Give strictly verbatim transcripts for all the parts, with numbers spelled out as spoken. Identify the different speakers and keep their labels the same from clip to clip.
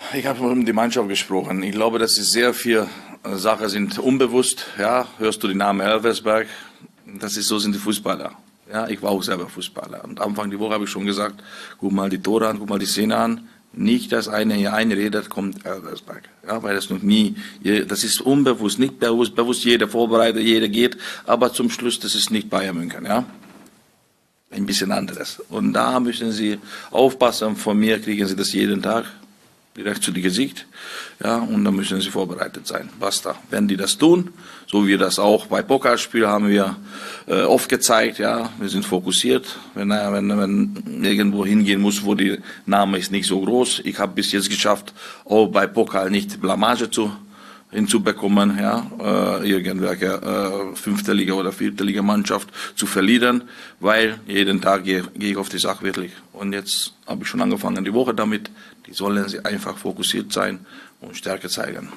Speaker 1: Ich habe mit die Mannschaft gesprochen. Ich glaube, dass es sehr viele Sachen sind unbewusst. Ja, hörst du den Namen Elversberg? Das ist so sind die Fußballer. Ja, ich war auch selber Fußballer. Und Anfang der Woche habe ich schon gesagt, guck mal die Tore an, guck mal die Szene an. Nicht, dass einer hier einredet, kommt Elversberg. Ja, weil das noch nie, das ist unbewusst, nicht bewusst, bewusst jeder vorbereitet, jeder geht. Aber zum Schluss, das ist nicht Bayern München, ja. Ein bisschen anderes. Und da müssen Sie aufpassen. Von mir kriegen Sie das jeden Tag direkt zu die Gesicht, ja, und dann müssen Sie vorbereitet sein. Basta. Wenn die das tun, so wie wir das auch bei Pokalspielen haben wir äh, oft gezeigt, ja, wir sind fokussiert. Wenn er wenn, wenn irgendwo hingehen muss, wo die Name ist nicht so groß. Ich habe bis jetzt geschafft, auch bei Pokal nicht Blamage zu hinzubekommen, ja, äh, irgendwelche äh, fünfte Liga oder vierte Liga Mannschaft zu verlieren, weil jeden Tag gehe geh ich auf die Sache wirklich. Und jetzt habe ich schon angefangen die Woche damit, die sollen sie einfach fokussiert sein und Stärke zeigen.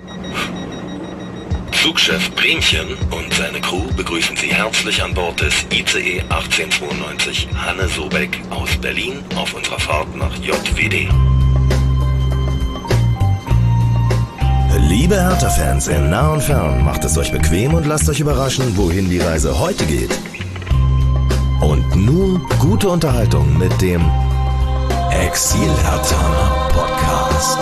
Speaker 2: Flugchef Bremchen und seine Crew begrüßen Sie herzlich an Bord des I C E achtzehnhundertzweiundneunzig Hanne Sobeck aus Berlin auf unserer Fahrt nach J W D.
Speaker 3: Liebe Hertha-Fans in nah und fern, macht es euch bequem und lasst euch überraschen, wohin die Reise heute geht. Und nun gute Unterhaltung mit dem Exil-Herthaner Podcast.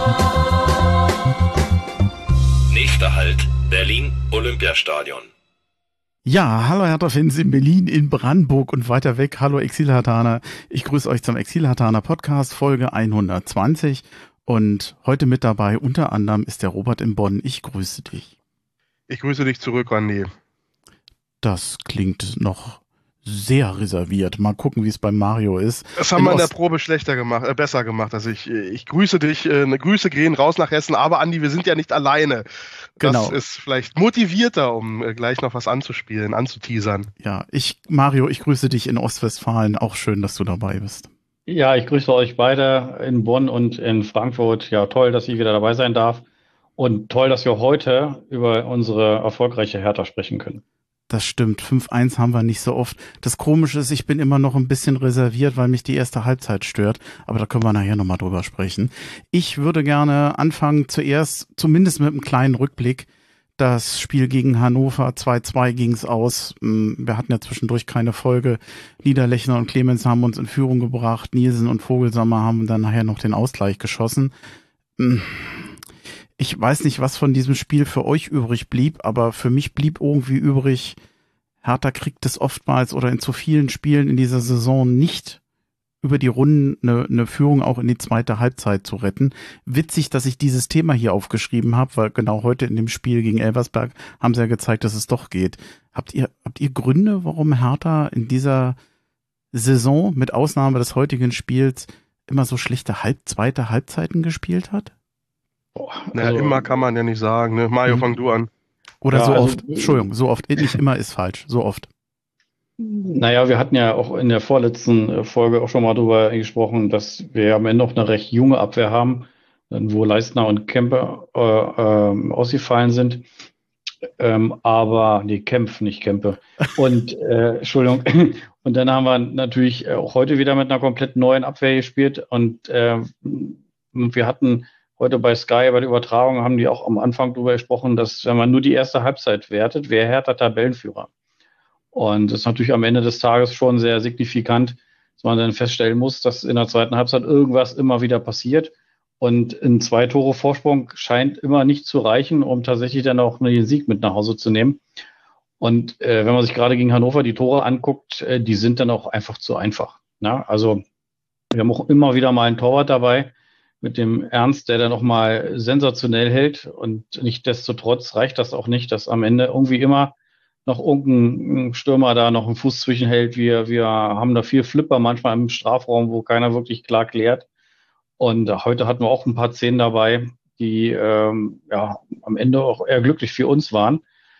Speaker 2: Nächster Halt, Berlin Olympiastadion.
Speaker 4: Ja, hallo Hertha-Fans in Berlin, in Brandenburg und weiter weg. Hallo Exil-Herthaner. Ich grüße euch zum Exil-Herthaner Podcast, Folge hundertzwanzig. Und heute mit dabei unter anderem ist der Robert in Bonn. Ich grüße dich.
Speaker 5: Ich grüße dich zurück, Andi.
Speaker 4: Das klingt noch sehr reserviert. Mal gucken, wie es bei Mario ist.
Speaker 5: Das haben in wir in der Probe schlechter gemacht, äh, besser gemacht. Also ich, ich grüße dich, äh, eine Grüße gehen raus nach Hessen, aber Andi, wir sind ja nicht alleine. Das
Speaker 4: genau.
Speaker 5: ist vielleicht motivierter, um äh, gleich noch was anzuspielen, anzuteasern.
Speaker 4: Ja, ich, Mario, ich grüße dich in Ostwestfalen. Auch schön, dass du dabei bist.
Speaker 6: Ja, ich grüße euch beide in Bonn und in Frankfurt. Ja, toll, dass ich wieder dabei sein darf. Und toll, dass wir heute über unsere erfolgreiche Hertha sprechen können.
Speaker 4: Das stimmt. fünf eins haben wir nicht so oft. Das Komische ist, ich bin immer noch ein bisschen reserviert, weil mich die erste Halbzeit stört. Aber da können wir nachher nochmal drüber sprechen. Ich würde gerne anfangen, zuerst zumindest mit einem kleinen Rückblick. Das Spiel gegen Hannover, zwei zwei ging es aus. Wir hatten ja zwischendurch keine Folge. Niederlechner und Clemens haben uns in Führung gebracht. Nielsen und Vogelsammer haben dann nachher noch den Ausgleich geschossen. Ich weiß nicht, was von diesem Spiel für euch übrig blieb, aber für mich blieb irgendwie übrig, Hertha kriegt es oftmals oder in zu vielen Spielen in dieser Saison nicht über die Runden eine, eine Führung auch in die zweite Halbzeit zu retten. Witzig, dass ich dieses Thema hier aufgeschrieben habe, weil genau heute in dem Spiel gegen Elversberg haben sie ja gezeigt, dass es doch geht. Habt ihr, habt ihr Gründe, warum Hertha in dieser Saison, mit Ausnahme des heutigen Spiels, immer so schlechte Halb-, zweite Halbzeiten gespielt hat?
Speaker 5: Boah, naja, also, immer kann man ja nicht sagen, ne? Mario, fang du an.
Speaker 4: Oder
Speaker 6: ja,
Speaker 4: so
Speaker 6: also,
Speaker 4: oft, Entschuldigung, so oft, nicht immer ist falsch, so oft.
Speaker 6: Naja, wir hatten ja auch in der vorletzten Folge auch schon mal drüber gesprochen, dass wir am Ende noch eine recht junge Abwehr haben, wo Leistner und Kempe äh, äh, ausgefallen sind. Ähm, aber, nee, Kempf, nicht Kempe. Und, äh, Entschuldigung. Und dann haben wir natürlich auch heute wieder mit einer komplett neuen Abwehr gespielt. Und äh, wir hatten heute bei Sky, bei der Übertragung, haben die auch am Anfang drüber gesprochen, dass wenn man nur die erste Halbzeit wertet, wäre Hertha Tabellenführer. Und das ist natürlich am Ende des Tages schon sehr signifikant, dass man dann feststellen muss, dass in der zweiten Halbzeit irgendwas immer wieder passiert. Und ein zwei Tore Vorsprung scheint immer nicht zu reichen, um tatsächlich dann auch einen Sieg mit nach Hause zu nehmen. Und äh, wenn man sich gerade gegen Hannover die Tore anguckt, äh, die sind dann auch einfach zu einfach. Na? Also wir haben auch immer wieder mal einen Torwart dabei mit dem Ernst, der dann auch mal sensationell hält. Und nichtsdestotrotz reicht das auch nicht, dass am Ende irgendwie immer noch irgendein Stürmer da noch einen Fuß zwischenhält. Wir, wir haben da viel Flipper manchmal im Strafraum, wo keiner wirklich klar klärt. Und heute hatten wir auch ein paar Szenen dabei, die ähm, ja am Ende auch eher glücklich für uns waren.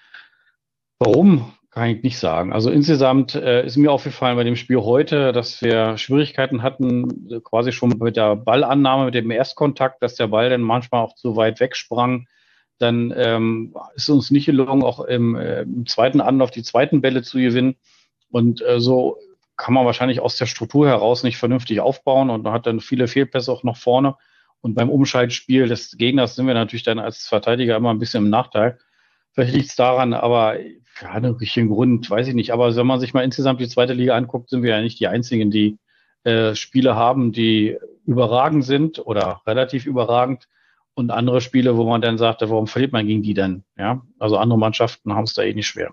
Speaker 6: Warum, kann ich nicht sagen. Also insgesamt äh, ist mir aufgefallen bei dem Spiel heute, dass wir Schwierigkeiten hatten, quasi schon mit der Ballannahme, mit dem Erstkontakt, dass der Ball dann manchmal auch zu weit wegsprang. Dann ähm, ist uns nicht gelungen, auch im, äh, im zweiten Anlauf die zweiten Bälle zu gewinnen. Und äh, so kann man wahrscheinlich aus der Struktur heraus nicht vernünftig aufbauen und man hat dann viele Fehlpässe auch nach vorne. Und beim Umschaltspiel des Gegners sind wir natürlich dann als Verteidiger immer ein bisschen im Nachteil. Vielleicht liegt es daran, aber ja, einen richtigen Grund, weiß ich nicht. Aber wenn man sich mal insgesamt die zweite Liga anguckt, sind wir ja nicht die Einzigen, die äh, Spiele haben, die überragend sind oder relativ überragend. Und andere Spiele, wo man dann sagt, warum verliert man gegen die denn? Ja, also andere Mannschaften haben es da eh nicht schwer.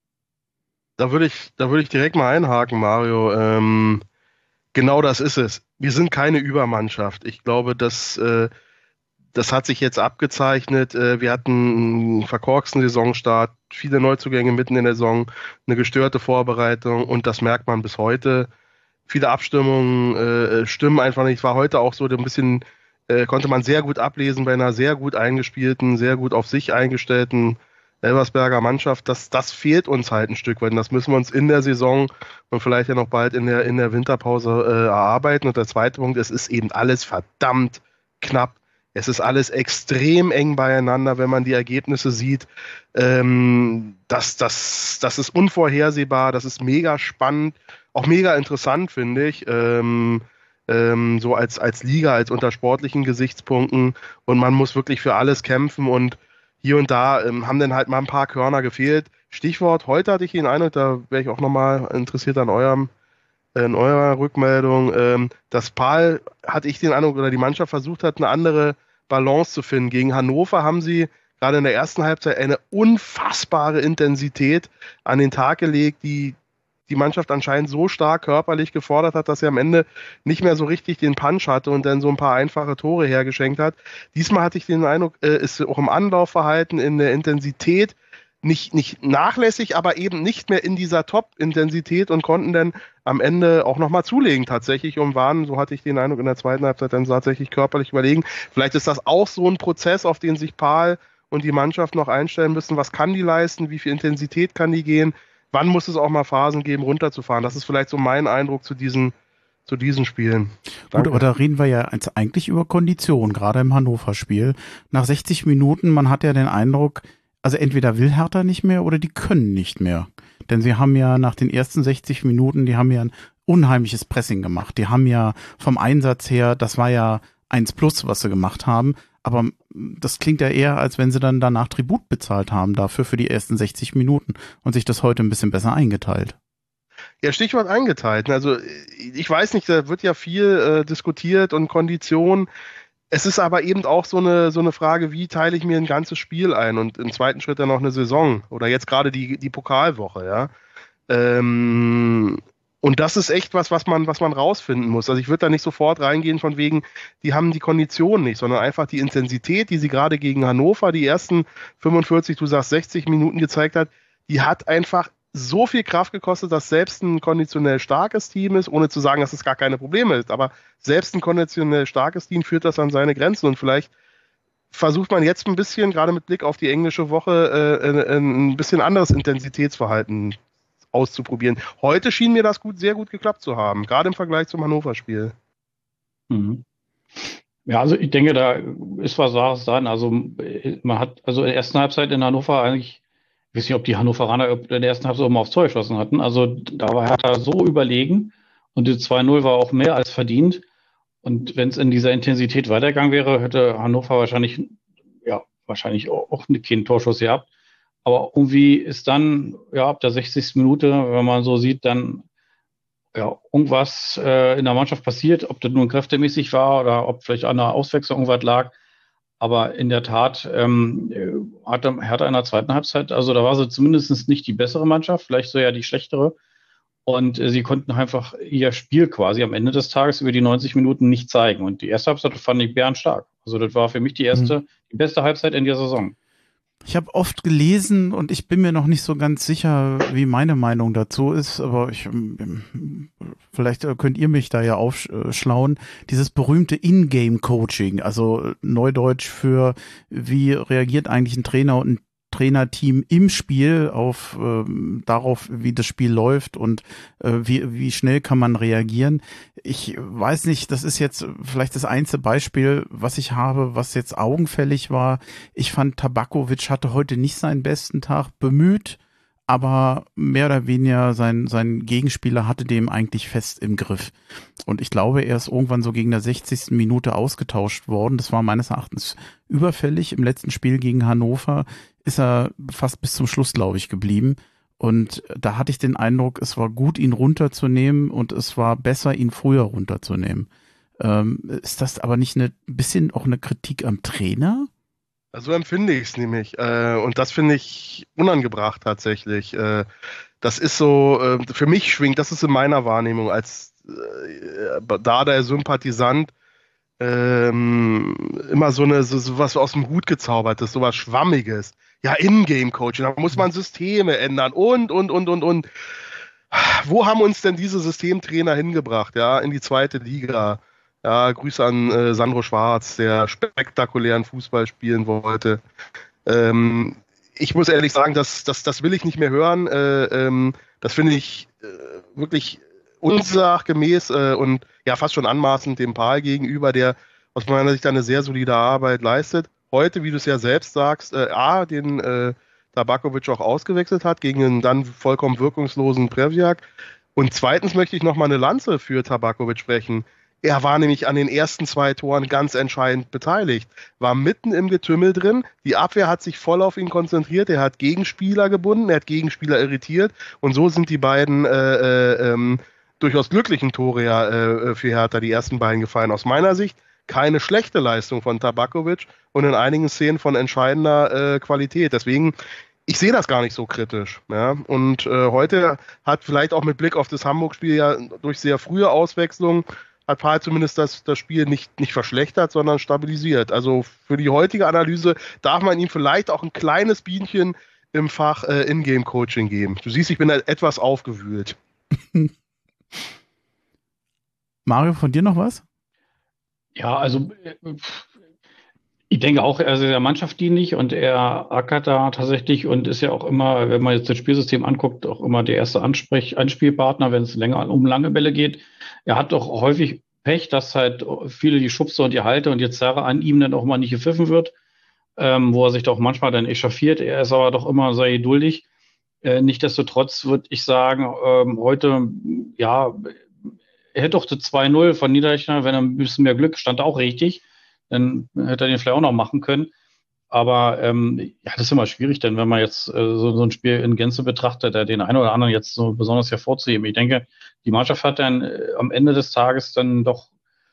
Speaker 5: Da würde ich, da würde ich direkt mal einhaken, Mario. Ähm, genau das ist es. Wir sind keine Übermannschaft. Ich glaube, dass äh, das hat sich jetzt abgezeichnet. Äh, wir hatten einen verkorksten Saisonstart, viele Neuzugänge mitten in der Saison, eine gestörte Vorbereitung und das merkt man bis heute. Viele Abstimmungen äh, stimmen einfach nicht. War heute auch so ein bisschen, äh, konnte man sehr gut ablesen bei einer sehr gut eingespielten, sehr gut auf sich eingestellten Elversberger Mannschaft. Das, das fehlt uns halt ein Stück weit. Und das müssen wir uns in der Saison und vielleicht ja noch bald in der, in der Winterpause äh, erarbeiten. Und der zweite Punkt, es ist eben alles verdammt knapp. Es ist alles extrem eng beieinander, wenn man die Ergebnisse sieht. Ähm, das, das, das ist unvorhersehbar, das ist mega spannend, auch mega interessant, finde ich. Ähm, ähm, so als, als Liga, als unter sportlichen Gesichtspunkten. Und man muss wirklich für alles kämpfen und hier und da ähm, haben dann halt mal ein paar Körner gefehlt. Stichwort, heute hatte ich den Eindruck, da wäre ich auch nochmal interessiert an eurem in eurer Rückmeldung, ähm, dass Paul, hatte ich den Eindruck, oder die Mannschaft versucht hat, eine andere Balance zu finden. Gegen Hannover haben sie gerade in der ersten Halbzeit eine unfassbare Intensität an den Tag gelegt, die die Mannschaft anscheinend so stark körperlich gefordert hat, dass sie am Ende nicht mehr so richtig den Punch hatte und dann so ein paar einfache Tore hergeschenkt hat. Diesmal hatte ich den Eindruck, äh, ist auch im Anlaufverhalten, in der Intensität nicht, nicht nachlässig, aber eben nicht mehr in dieser Top-Intensität und konnten dann am Ende auch nochmal zulegen tatsächlich und waren, so hatte ich den Eindruck, in der zweiten Halbzeit dann tatsächlich körperlich überlegen. Vielleicht ist das auch so ein Prozess, auf den sich Paul und die Mannschaft noch einstellen müssen. Was kann die leisten? Wie viel Intensität kann die gehen? Wann muss es auch mal Phasen geben, runterzufahren? Das ist vielleicht so mein Eindruck zu diesen, zu diesen Spielen. Danke.
Speaker 4: Gut, aber da reden wir ja jetzt eigentlich über Kondition, gerade im Hannover-Spiel. Nach sechzig Minuten, man hat ja den Eindruck, also entweder will Hertha nicht mehr oder die können nicht mehr. Denn sie haben ja nach den ersten sechzig Minuten, die haben ja ein unheimliches Pressing gemacht. Die haben ja vom Einsatz her, das war ja eins plus, was sie gemacht haben. Aber das klingt ja eher, als wenn sie dann danach Tribut bezahlt haben dafür für die ersten sechzig Minuten und sich das heute ein bisschen besser eingeteilt.
Speaker 5: Ja, Stichwort eingeteilt. Also ich weiß nicht, da wird ja viel äh, diskutiert und Kondition. Es ist aber eben auch so eine, so eine Frage, wie teile ich mir ein ganzes Spiel ein und im zweiten Schritt dann noch eine Saison oder jetzt gerade die, die Pokalwoche, ja. Ähm, und das ist echt was, was man, was man rausfinden muss. Also ich würde da nicht sofort reingehen von wegen, die haben die Kondition nicht, sondern einfach die Intensität, die sie gerade gegen Hannover die ersten fünfundvierzig, du sagst sechzig Minuten gezeigt hat, die hat einfach so viel Kraft gekostet, dass selbst ein konditionell starkes Team ist, ohne zu sagen, dass es gar keine Probleme ist, aber selbst ein konditionell starkes Team führt das an seine Grenzen und vielleicht versucht man jetzt ein bisschen, gerade mit Blick auf die englische Woche, äh, ein bisschen anderes Intensitätsverhalten auszuprobieren. Heute schien mir das gut, sehr gut geklappt zu haben, gerade im Vergleich zum Hannover-Spiel.
Speaker 6: Mhm. Ja, also ich denke, da ist was Wahres dran. Also man hat also in der ersten Halbzeit in Hannover eigentlich, ich weiß nicht, ob die Hannoveraner in der ersten Halbzeit auch mal aufs Tor geschossen hatten. Also da war Hertha so überlegen und die zwei null war auch mehr als verdient. Und wenn es in dieser Intensität weitergegangen wäre, hätte Hannover wahrscheinlich, ja, wahrscheinlich auch keinen Torschuss gehabt. Aber irgendwie ist dann, ja, ab der sechzigsten Minute, wenn man so sieht, dann ja, irgendwas äh, in der Mannschaft passiert, ob das nun kräftemäßig war oder ob vielleicht an der Auswechslung irgendwas lag. Aber in der Tat ähm, hat Hertha in der zweiten Halbzeit, also da war sie zumindest nicht die bessere Mannschaft, vielleicht so ja die schlechtere. Und äh, sie konnten einfach ihr Spiel quasi am Ende des Tages über die neunzig Minuten nicht zeigen. Und die erste Halbzeit fand ich bärenstark. Also das war für mich die erste, mhm. die beste Halbzeit in der Saison.
Speaker 4: Ich habe oft gelesen und ich bin mir noch nicht so ganz sicher, wie meine Meinung dazu ist, aber ich, vielleicht könnt ihr mich da ja aufschlauen. Dieses berühmte In-Game-Coaching, also Neudeutsch für wie reagiert eigentlich ein Trainer und ein Trainerteam im Spiel auf äh, darauf, wie das Spiel läuft und äh, wie wie schnell kann man reagieren. Ich weiß nicht, das ist jetzt vielleicht das einzige Beispiel, was ich habe, was jetzt augenfällig war. Ich fand, Tabakovic hatte heute nicht seinen besten Tag, bemüht, aber mehr oder weniger sein, sein Gegenspieler hatte dem eigentlich fest im Griff. Und ich glaube, er ist irgendwann so gegen der sechzigsten Minute ausgetauscht worden. Das war meines Erachtens überfällig. Im letzten Spiel gegen Hannover ist er fast bis zum Schluss, glaube ich, geblieben. Und da hatte ich den Eindruck, es war gut, ihn runterzunehmen und es war besser, ihn früher runterzunehmen. Ähm, ist das aber nicht ein bisschen auch eine Kritik am Trainer?
Speaker 5: So empfinde ich es nämlich. Äh, und das finde ich unangebracht tatsächlich. Äh, das ist so, äh, für mich schwingt, das ist in meiner Wahrnehmung als äh, da der Sympathisant ähm, immer so eine so, so was aus dem Hut gezaubertes, so was Schwammiges. Ja, In-Game-Coaching, da muss man Systeme ändern und, und, und, und, und. Wo haben uns denn diese Systemtrainer hingebracht? Ja, in die zweite Liga. Ja, Grüße an äh, Sandro Schwarz, der spektakulären Fußball spielen wollte. Ähm, ich muss ehrlich sagen, das, das, das will ich nicht mehr hören. Äh, ähm, das finde ich äh, wirklich unsachgemäß äh, und ja fast schon anmaßend dem Paul gegenüber, der aus meiner Sicht eine sehr solide Arbeit leistet. Heute, wie du es ja selbst sagst, äh, A, den äh, Tabakovic auch ausgewechselt hat gegen einen dann vollkommen wirkungslosen Prevjak. Und zweitens möchte ich nochmal eine Lanze für Tabakovic sprechen. Er war nämlich an den ersten zwei Toren ganz entscheidend beteiligt, war mitten im Getümmel drin, die Abwehr hat sich voll auf ihn konzentriert, er hat Gegenspieler gebunden, er hat Gegenspieler irritiert und so sind die beiden äh, äh, ähm, durchaus glücklichen Tore ja äh, für Hertha, die ersten beiden gefallen. Aus meiner Sicht keine schlechte Leistung von Tabakovic und in einigen Szenen von entscheidender äh, Qualität. Deswegen, ich sehe das gar nicht so kritisch. Ja? Und äh, heute hat vielleicht auch mit Blick auf das Hamburg-Spiel ja durch sehr frühe Auswechslung hat Paul zumindest das, das Spiel nicht, nicht verschlechtert, sondern stabilisiert. Also für die heutige Analyse darf man ihm vielleicht auch ein kleines Bienchen im Fach äh, In-Game-Coaching geben. Du siehst, ich bin etwas aufgewühlt.
Speaker 4: Mario, von dir noch was?
Speaker 6: Ja, also ich denke auch, er ist der Mannschaft dienlich und er ackert da tatsächlich und ist ja auch immer, wenn man jetzt das Spielsystem anguckt, auch immer der erste Ansprech Anspielpartner, wenn es länger um lange Bälle geht. Er hat doch häufig Pech, dass halt viele die Schubser und die Halte und die Zerre an ihm dann auch mal nicht gepfiffen wird, ähm, wo er sich doch manchmal dann echauffiert. Er ist aber doch immer sehr geduldig. Äh, Nichtsdestotrotz würde ich sagen, ähm, heute, ja, er hätte doch das zwei null von Niederlechner, wenn er ein bisschen mehr Glück, stand auch richtig. Dann hätte er den vielleicht auch noch machen können. Aber ähm, ja, das ist immer schwierig, denn wenn man jetzt äh, so, so ein Spiel in Gänze betrachtet, äh, den einen oder anderen jetzt so besonders hervorzuheben. Ich denke, die Mannschaft hat dann äh, am Ende des Tages dann doch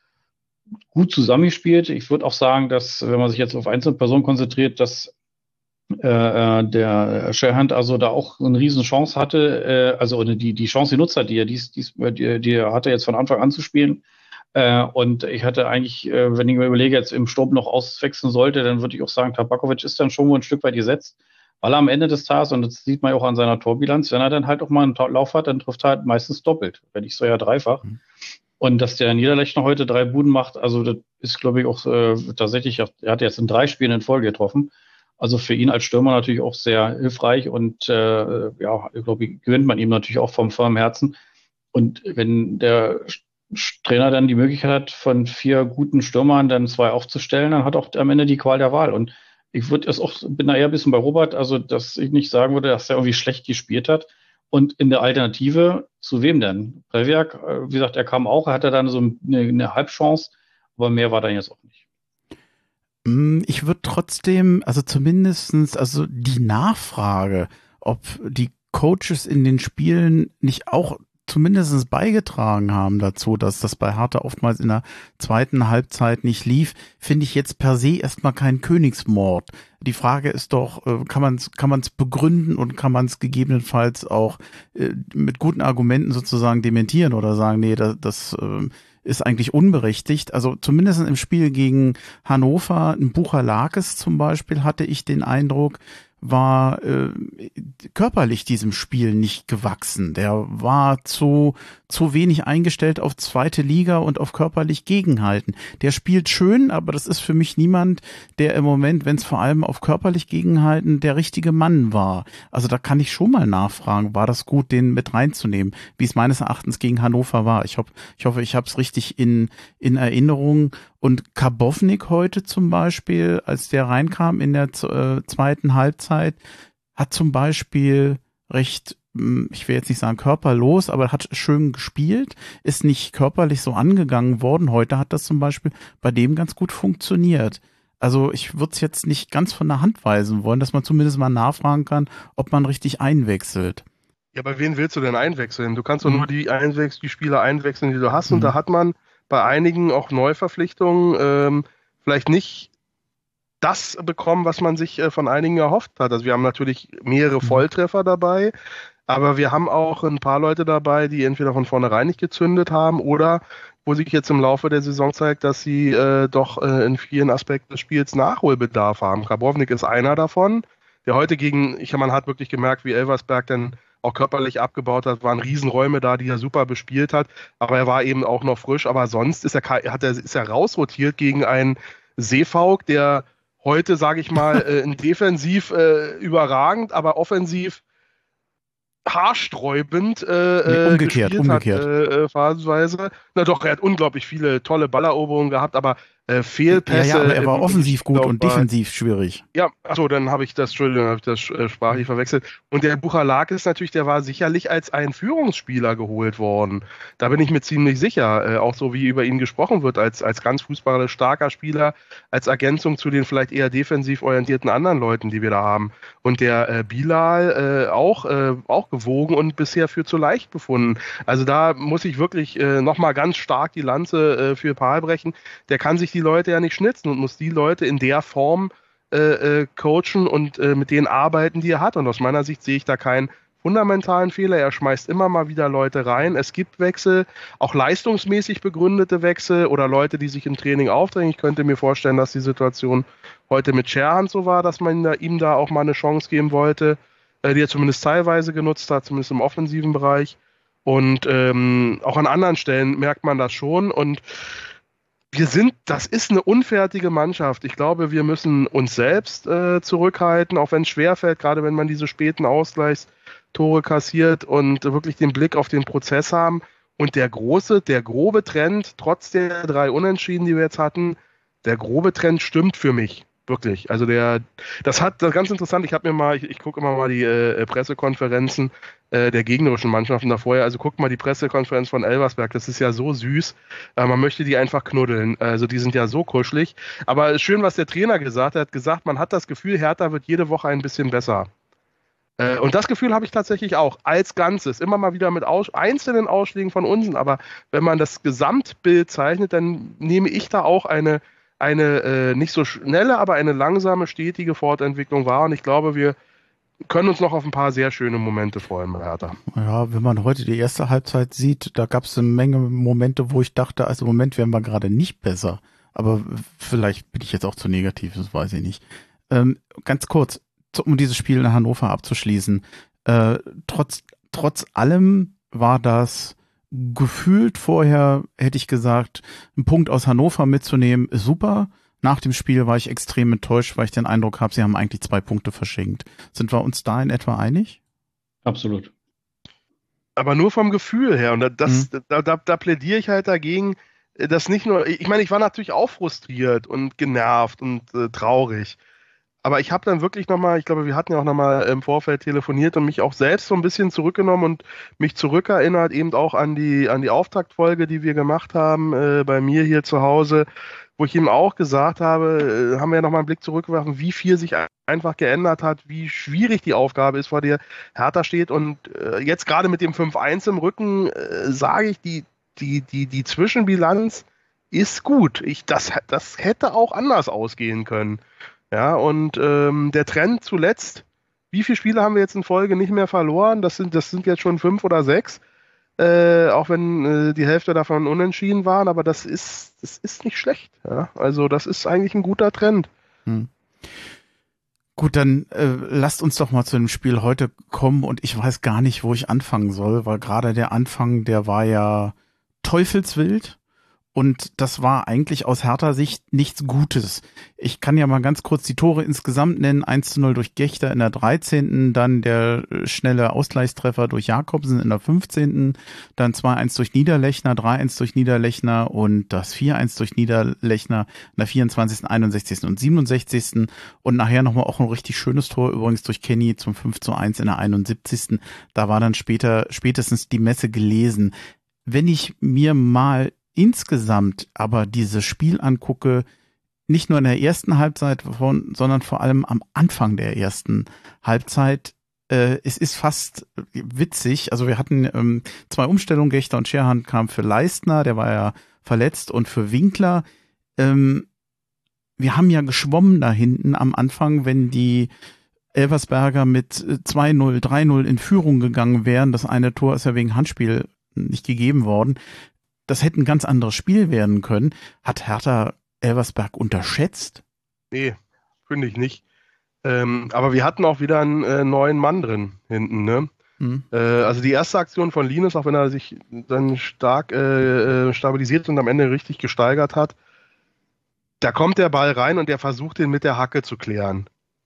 Speaker 6: gut zusammengespielt. Ich würde auch sagen, dass, wenn man sich jetzt auf einzelne Personen konzentriert, dass äh, der Sherhand also da auch eine riesen Chance hatte, äh, also die, die Chance genutzt hat, die er, dies, dies, die, die er hatte jetzt von Anfang an zu spielen. Äh, und ich hatte eigentlich, äh, wenn ich mir überlege, jetzt im Sturm noch auswechseln sollte, dann würde ich auch sagen, Tabakovic ist dann schon wohl ein Stück weit gesetzt, weil er am Ende des Tages, und das sieht man ja auch an seiner Torbilanz, wenn er dann halt auch mal einen Lauf hat, dann trifft er halt meistens doppelt, wenn nicht so ja dreifach. Mhm. Und dass der Niederlechner heute drei Buden macht, also das ist, glaube ich, auch äh, tatsächlich, er hat jetzt in drei Spielen in Folge getroffen. Also für ihn als Stürmer natürlich auch sehr hilfreich und äh, ja, ich glaube, gewinnt man ihm natürlich auch vom vollen Herzen. Und wenn der Trainer dann die Möglichkeit hat, von vier guten Stürmern dann zwei aufzustellen, dann hat auch am Ende die Qual der Wahl. Und ich würde es auch, bin da eher ein bisschen bei Robert, also dass ich nicht sagen würde, dass er irgendwie schlecht gespielt hat. Und in der Alternative, zu wem denn? Prevjak, wie gesagt, er kam auch, er hatte dann so eine, eine Halbchance, aber mehr war dann jetzt auch nicht.
Speaker 4: Ich würde trotzdem, also zumindestens, also die Nachfrage, ob die Coaches in den Spielen nicht auch zumindest beigetragen haben dazu, dass das bei Hertha oftmals in der zweiten Halbzeit nicht lief, finde ich jetzt per se erstmal kein Königsmord. Die Frage ist doch, kann man es kann man es begründen und kann man es gegebenenfalls auch äh, mit guten Argumenten sozusagen dementieren oder sagen, nee, das, das äh, ist eigentlich unberechtigt. Also zumindest im Spiel gegen Hannover, ein Buchalakis zum Beispiel, hatte ich den Eindruck, war äh, körperlich diesem Spiel nicht gewachsen. Der war zu zu wenig eingestellt auf zweite Liga und auf körperlich Gegenhalten. Der spielt schön, aber das ist für mich niemand, der im Moment, wenn es vor allem auf körperlich Gegenhalten, der richtige Mann war. Also da kann ich schon mal nachfragen, war das gut, den mit reinzunehmen, wie es meines Erachtens gegen Hannover war. Ich hoffe, ich hoffe, ich habe es richtig in in Erinnerung. Und Karbovnik heute zum Beispiel, als der reinkam in der äh, zweiten Halbzeit, hat zum Beispiel recht, ich will jetzt nicht sagen körperlos, aber hat schön gespielt, ist nicht körperlich so angegangen worden. Heute hat das zum Beispiel bei dem ganz gut funktioniert. Also ich würde es jetzt nicht ganz von der Hand weisen wollen, dass man zumindest mal nachfragen kann, ob man richtig einwechselt.
Speaker 5: Ja, bei wen willst du denn einwechseln? Du kannst doch mhm. nur die, einwechseln, die Spieler einwechseln, die du hast. Mhm. Und da hat man bei einigen auch Neuverpflichtungen ähm, vielleicht nicht das bekommen, was man sich äh, von einigen erhofft hat. Also wir haben natürlich mehrere Volltreffer dabei, aber wir haben auch ein paar Leute dabei, die entweder von vornherein nicht gezündet haben oder wo sich jetzt im Laufe der Saison zeigt, dass sie äh, doch äh, in vielen Aspekten des Spiels Nachholbedarf haben. Karbownik ist einer davon, der heute gegen, ich man hat wirklich gemerkt, wie Elversberg dann auch körperlich abgebaut hat, waren Riesenräume da, die er super bespielt hat, aber er war eben auch noch frisch, aber sonst ist er, hat er, ist er rausrotiert gegen einen Seefauk, der heute, sage ich mal, äh, defensiv äh, überragend, aber offensiv haarsträubend äh,
Speaker 4: nee, umgekehrt,
Speaker 5: gespielt
Speaker 4: umgekehrt.
Speaker 5: hat, äh, phasenweise. Na doch, er hat unglaublich viele tolle Balleroberungen gehabt, aber äh, Fehlpässe.
Speaker 4: Ja, ja, aber er war offensiv gut
Speaker 5: glaub,
Speaker 4: und defensiv schwierig.
Speaker 5: Ja, achso, dann habe ich das, Entschuldigung, habe ich das äh, sprachlich verwechselt. Und der Buchalakis natürlich, der war sicherlich als ein Führungsspieler geholt worden. Da bin ich mir ziemlich sicher, äh, auch so wie über ihn gesprochen wird, als, als ganz fußballerisch starker Spieler, als Ergänzung zu den vielleicht eher defensiv orientierten anderen Leuten, die wir da haben. Und der äh, Bilal äh, auch, äh, auch gewogen und bisher für zu leicht befunden. Also da muss ich wirklich äh, nochmal ganz stark die Lanze äh, für Pahl brechen. Der kann sich die Leute ja nicht schnitzen und muss die Leute in der Form äh, äh, coachen und äh, mit denen arbeiten, die er hat. Und aus meiner Sicht sehe ich da keinen fundamentalen Fehler. Er schmeißt immer mal wieder Leute rein. Es gibt Wechsel, auch leistungsmäßig begründete Wechsel oder Leute, die sich im Training aufdrängen. Ich könnte mir vorstellen, dass die Situation heute mit Scherhand so war, dass man da, ihm da auch mal eine Chance geben wollte, äh, die er zumindest teilweise genutzt hat, zumindest im offensiven Bereich. Und ähm, auch an anderen Stellen merkt man das schon. Und wir sind, das ist eine unfertige Mannschaft. Ich glaube, wir müssen uns selbst äh, zurückhalten, auch wenn es schwerfällt, gerade wenn man diese späten Ausgleichstore kassiert und wirklich den Blick auf den Prozess haben. Und der große, der grobe Trend, trotz der drei Unentschieden, die wir jetzt hatten, der grobe Trend stimmt für mich. Wirklich. Also der, das hat, das ist ganz interessant, ich habe mir mal, ich, ich gucke immer mal die äh, Pressekonferenzen äh, der gegnerischen Mannschaften davor. Also guckt mal die Pressekonferenz von Elversberg, das ist ja so süß. Äh, man möchte die einfach knuddeln. Also die sind ja so kuschelig. Aber schön, was der Trainer gesagt hat. Er hat gesagt, man hat das Gefühl, Hertha wird jede Woche ein bisschen besser. Äh, und das Gefühl habe ich tatsächlich auch, als Ganzes. Immer mal wieder mit Aus- einzelnen Ausschlägen von uns. Aber wenn man das Gesamtbild zeichnet, dann nehme ich da auch eine eine äh, nicht so schnelle, aber eine langsame, stetige Fortentwicklung war. Und ich glaube, wir können uns noch auf ein paar sehr schöne Momente freuen mit Hertha.
Speaker 4: Ja, wenn man heute die erste Halbzeit sieht, da gab es eine Menge Momente, wo ich dachte, also im Moment werden wir gerade nicht besser. Aber vielleicht bin ich jetzt auch zu negativ, das weiß ich nicht. Ähm, ganz kurz, um dieses Spiel in Hannover abzuschließen. Äh, trotz, trotz allem war das gefühlt vorher, hätte ich gesagt, einen Punkt aus Hannover mitzunehmen, ist super. Nach dem Spiel war ich extrem enttäuscht, weil ich den Eindruck habe, sie haben eigentlich zwei Punkte verschenkt. Sind wir uns da in etwa einig?
Speaker 6: Absolut.
Speaker 5: Aber nur vom Gefühl her. Und das,
Speaker 4: Mhm.
Speaker 5: da, da, da plädiere ich halt dagegen, dass nicht nur, ich meine, ich war natürlich auch frustriert und genervt und äh, traurig. Aber ich habe dann wirklich nochmal, ich glaube, wir hatten ja auch nochmal im Vorfeld telefoniert und mich auch selbst so ein bisschen zurückgenommen und mich zurückerinnert eben auch an die, an die Auftaktfolge, die wir gemacht haben äh, bei mir hier zu Hause, wo ich ihm auch gesagt habe, äh, haben wir ja nochmal einen Blick zurückgeworfen, wie viel sich einfach geändert hat, wie schwierig die Aufgabe ist, vor der Hertha steht. Und äh, jetzt gerade mit dem fünf eins im Rücken äh, sage ich, die, die, die, die Zwischenbilanz ist gut. Ich, das, das hätte auch anders ausgehen können. Ja, und ähm, der Trend zuletzt, wie viele Spiele haben wir jetzt in Folge nicht mehr verloren? Das sind, das sind jetzt schon fünf oder sechs, äh, auch wenn äh, die Hälfte davon unentschieden waren, aber das ist, das ist nicht schlecht. Ja? Also das ist eigentlich ein guter Trend.
Speaker 4: Hm. Gut, dann äh, lasst uns doch mal zu dem Spiel heute kommen und ich weiß gar nicht, wo ich anfangen soll, weil gerade der Anfang, der war ja teufelswild. Und das war eigentlich aus Hertha Sicht nichts Gutes. Ich kann ja mal ganz kurz die Tore insgesamt nennen. eins zu null durch Gechter in der dreizehnten Dann der schnelle Ausgleichstreffer durch Jakobsen in der fünfzehnten Dann zwei eins durch Niederlechner, drei eins durch Niederlechner und das vier eins durch Niederlechner in der vierundzwanzigsten, einundsechzigsten und siebenundsechzigsten Und nachher nochmal auch ein richtig schönes Tor übrigens durch Kenny zum fünf zu eins in der einundsiebzigsten Da war dann später spätestens die Messe gelesen. Wenn ich mir mal insgesamt aber dieses Spiel angucke, nicht nur in der ersten Halbzeit, von, sondern vor allem am Anfang der ersten Halbzeit, äh, es ist fast witzig. Also wir hatten ähm, zwei Umstellungen, Gechter und Scherhan kam für Leistner, der war ja verletzt, und für Winkler. Ähm, wir haben ja geschwommen da hinten am Anfang, wenn die Elversberger mit zwei null, drei null in Führung gegangen wären. Das eine Tor ist ja wegen Handspiel nicht gegeben worden. Das hätte ein ganz anderes Spiel werden können. Hat Hertha Elversberg unterschätzt?
Speaker 5: Nee, finde ich nicht. Ähm, aber wir hatten auch wieder einen äh, neuen Mann drin hinten, ne? Mhm. Äh, also die erste Aktion von Linus, auch wenn er sich dann stark äh, stabilisiert und am Ende richtig gesteigert hat, da kommt der Ball rein und der versucht, den mit der Hacke zu klären.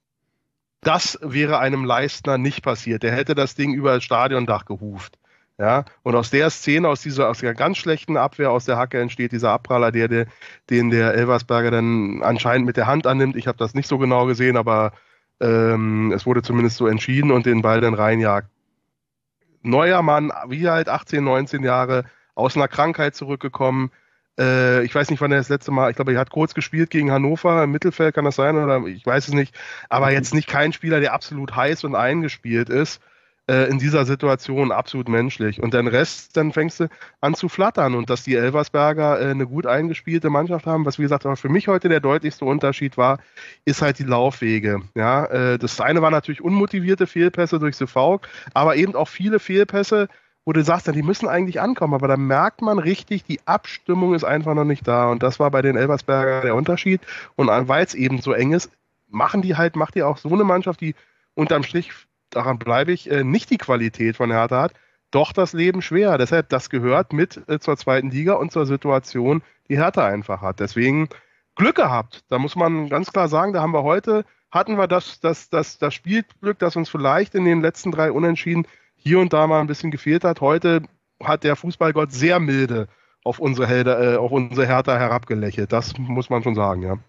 Speaker 5: Das wäre einem Leistner nicht passiert. Der hätte das Ding über das Stadiondach gehuft. Ja, und aus der Szene, aus dieser, aus der ganz schlechten Abwehr, aus der Hacke entsteht dieser Abpraller, der, der, den der Elversberger dann anscheinend mit der Hand annimmt. Ich habe das nicht so genau gesehen, aber ähm, es wurde zumindest so entschieden und den Ball dann reinjagt. Neuer Mann, wie halt achtzehn, neunzehn Jahre, aus einer Krankheit zurückgekommen. Äh, ich weiß nicht, wann er das letzte Mal, ich glaube, er hat kurz gespielt gegen Hannover, im Mittelfeld kann das sein, oder ich weiß es nicht. Aber jetzt nicht kein Spieler, der absolut heiß und eingespielt ist. In dieser Situation absolut menschlich. Und den Rest, dann fängst du an zu flattern. Und dass die Elversberger äh, eine gut eingespielte Mannschaft haben, was wie gesagt aber für mich heute der deutlichste Unterschied war, ist halt die Laufwege. Ja, äh, das eine war natürlich unmotivierte Fehlpässe durch Sefauk, aber eben auch viele Fehlpässe, wo du sagst, die müssen eigentlich ankommen. Aber da merkt man richtig, die Abstimmung ist einfach noch nicht da. Und das war bei den Elversberger der Unterschied. Und weil es eben so eng ist, machen die halt, macht die auch so eine Mannschaft, die unterm Strich, daran bleibe ich, äh, nicht die Qualität von Hertha hat, doch das Leben schwer. Deshalb, das gehört mit äh, zur zweiten Liga und zur Situation, die Hertha einfach hat. Deswegen Glück gehabt. Da muss man ganz klar sagen, da haben wir heute, hatten wir das, das, das, das Spielglück, das uns vielleicht in den letzten drei Unentschieden hier und da mal ein bisschen gefehlt hat. Heute hat der Fußballgott sehr milde auf unsere, Helder, äh, auf unsere Hertha herabgelächelt. Das muss man schon sagen, ja.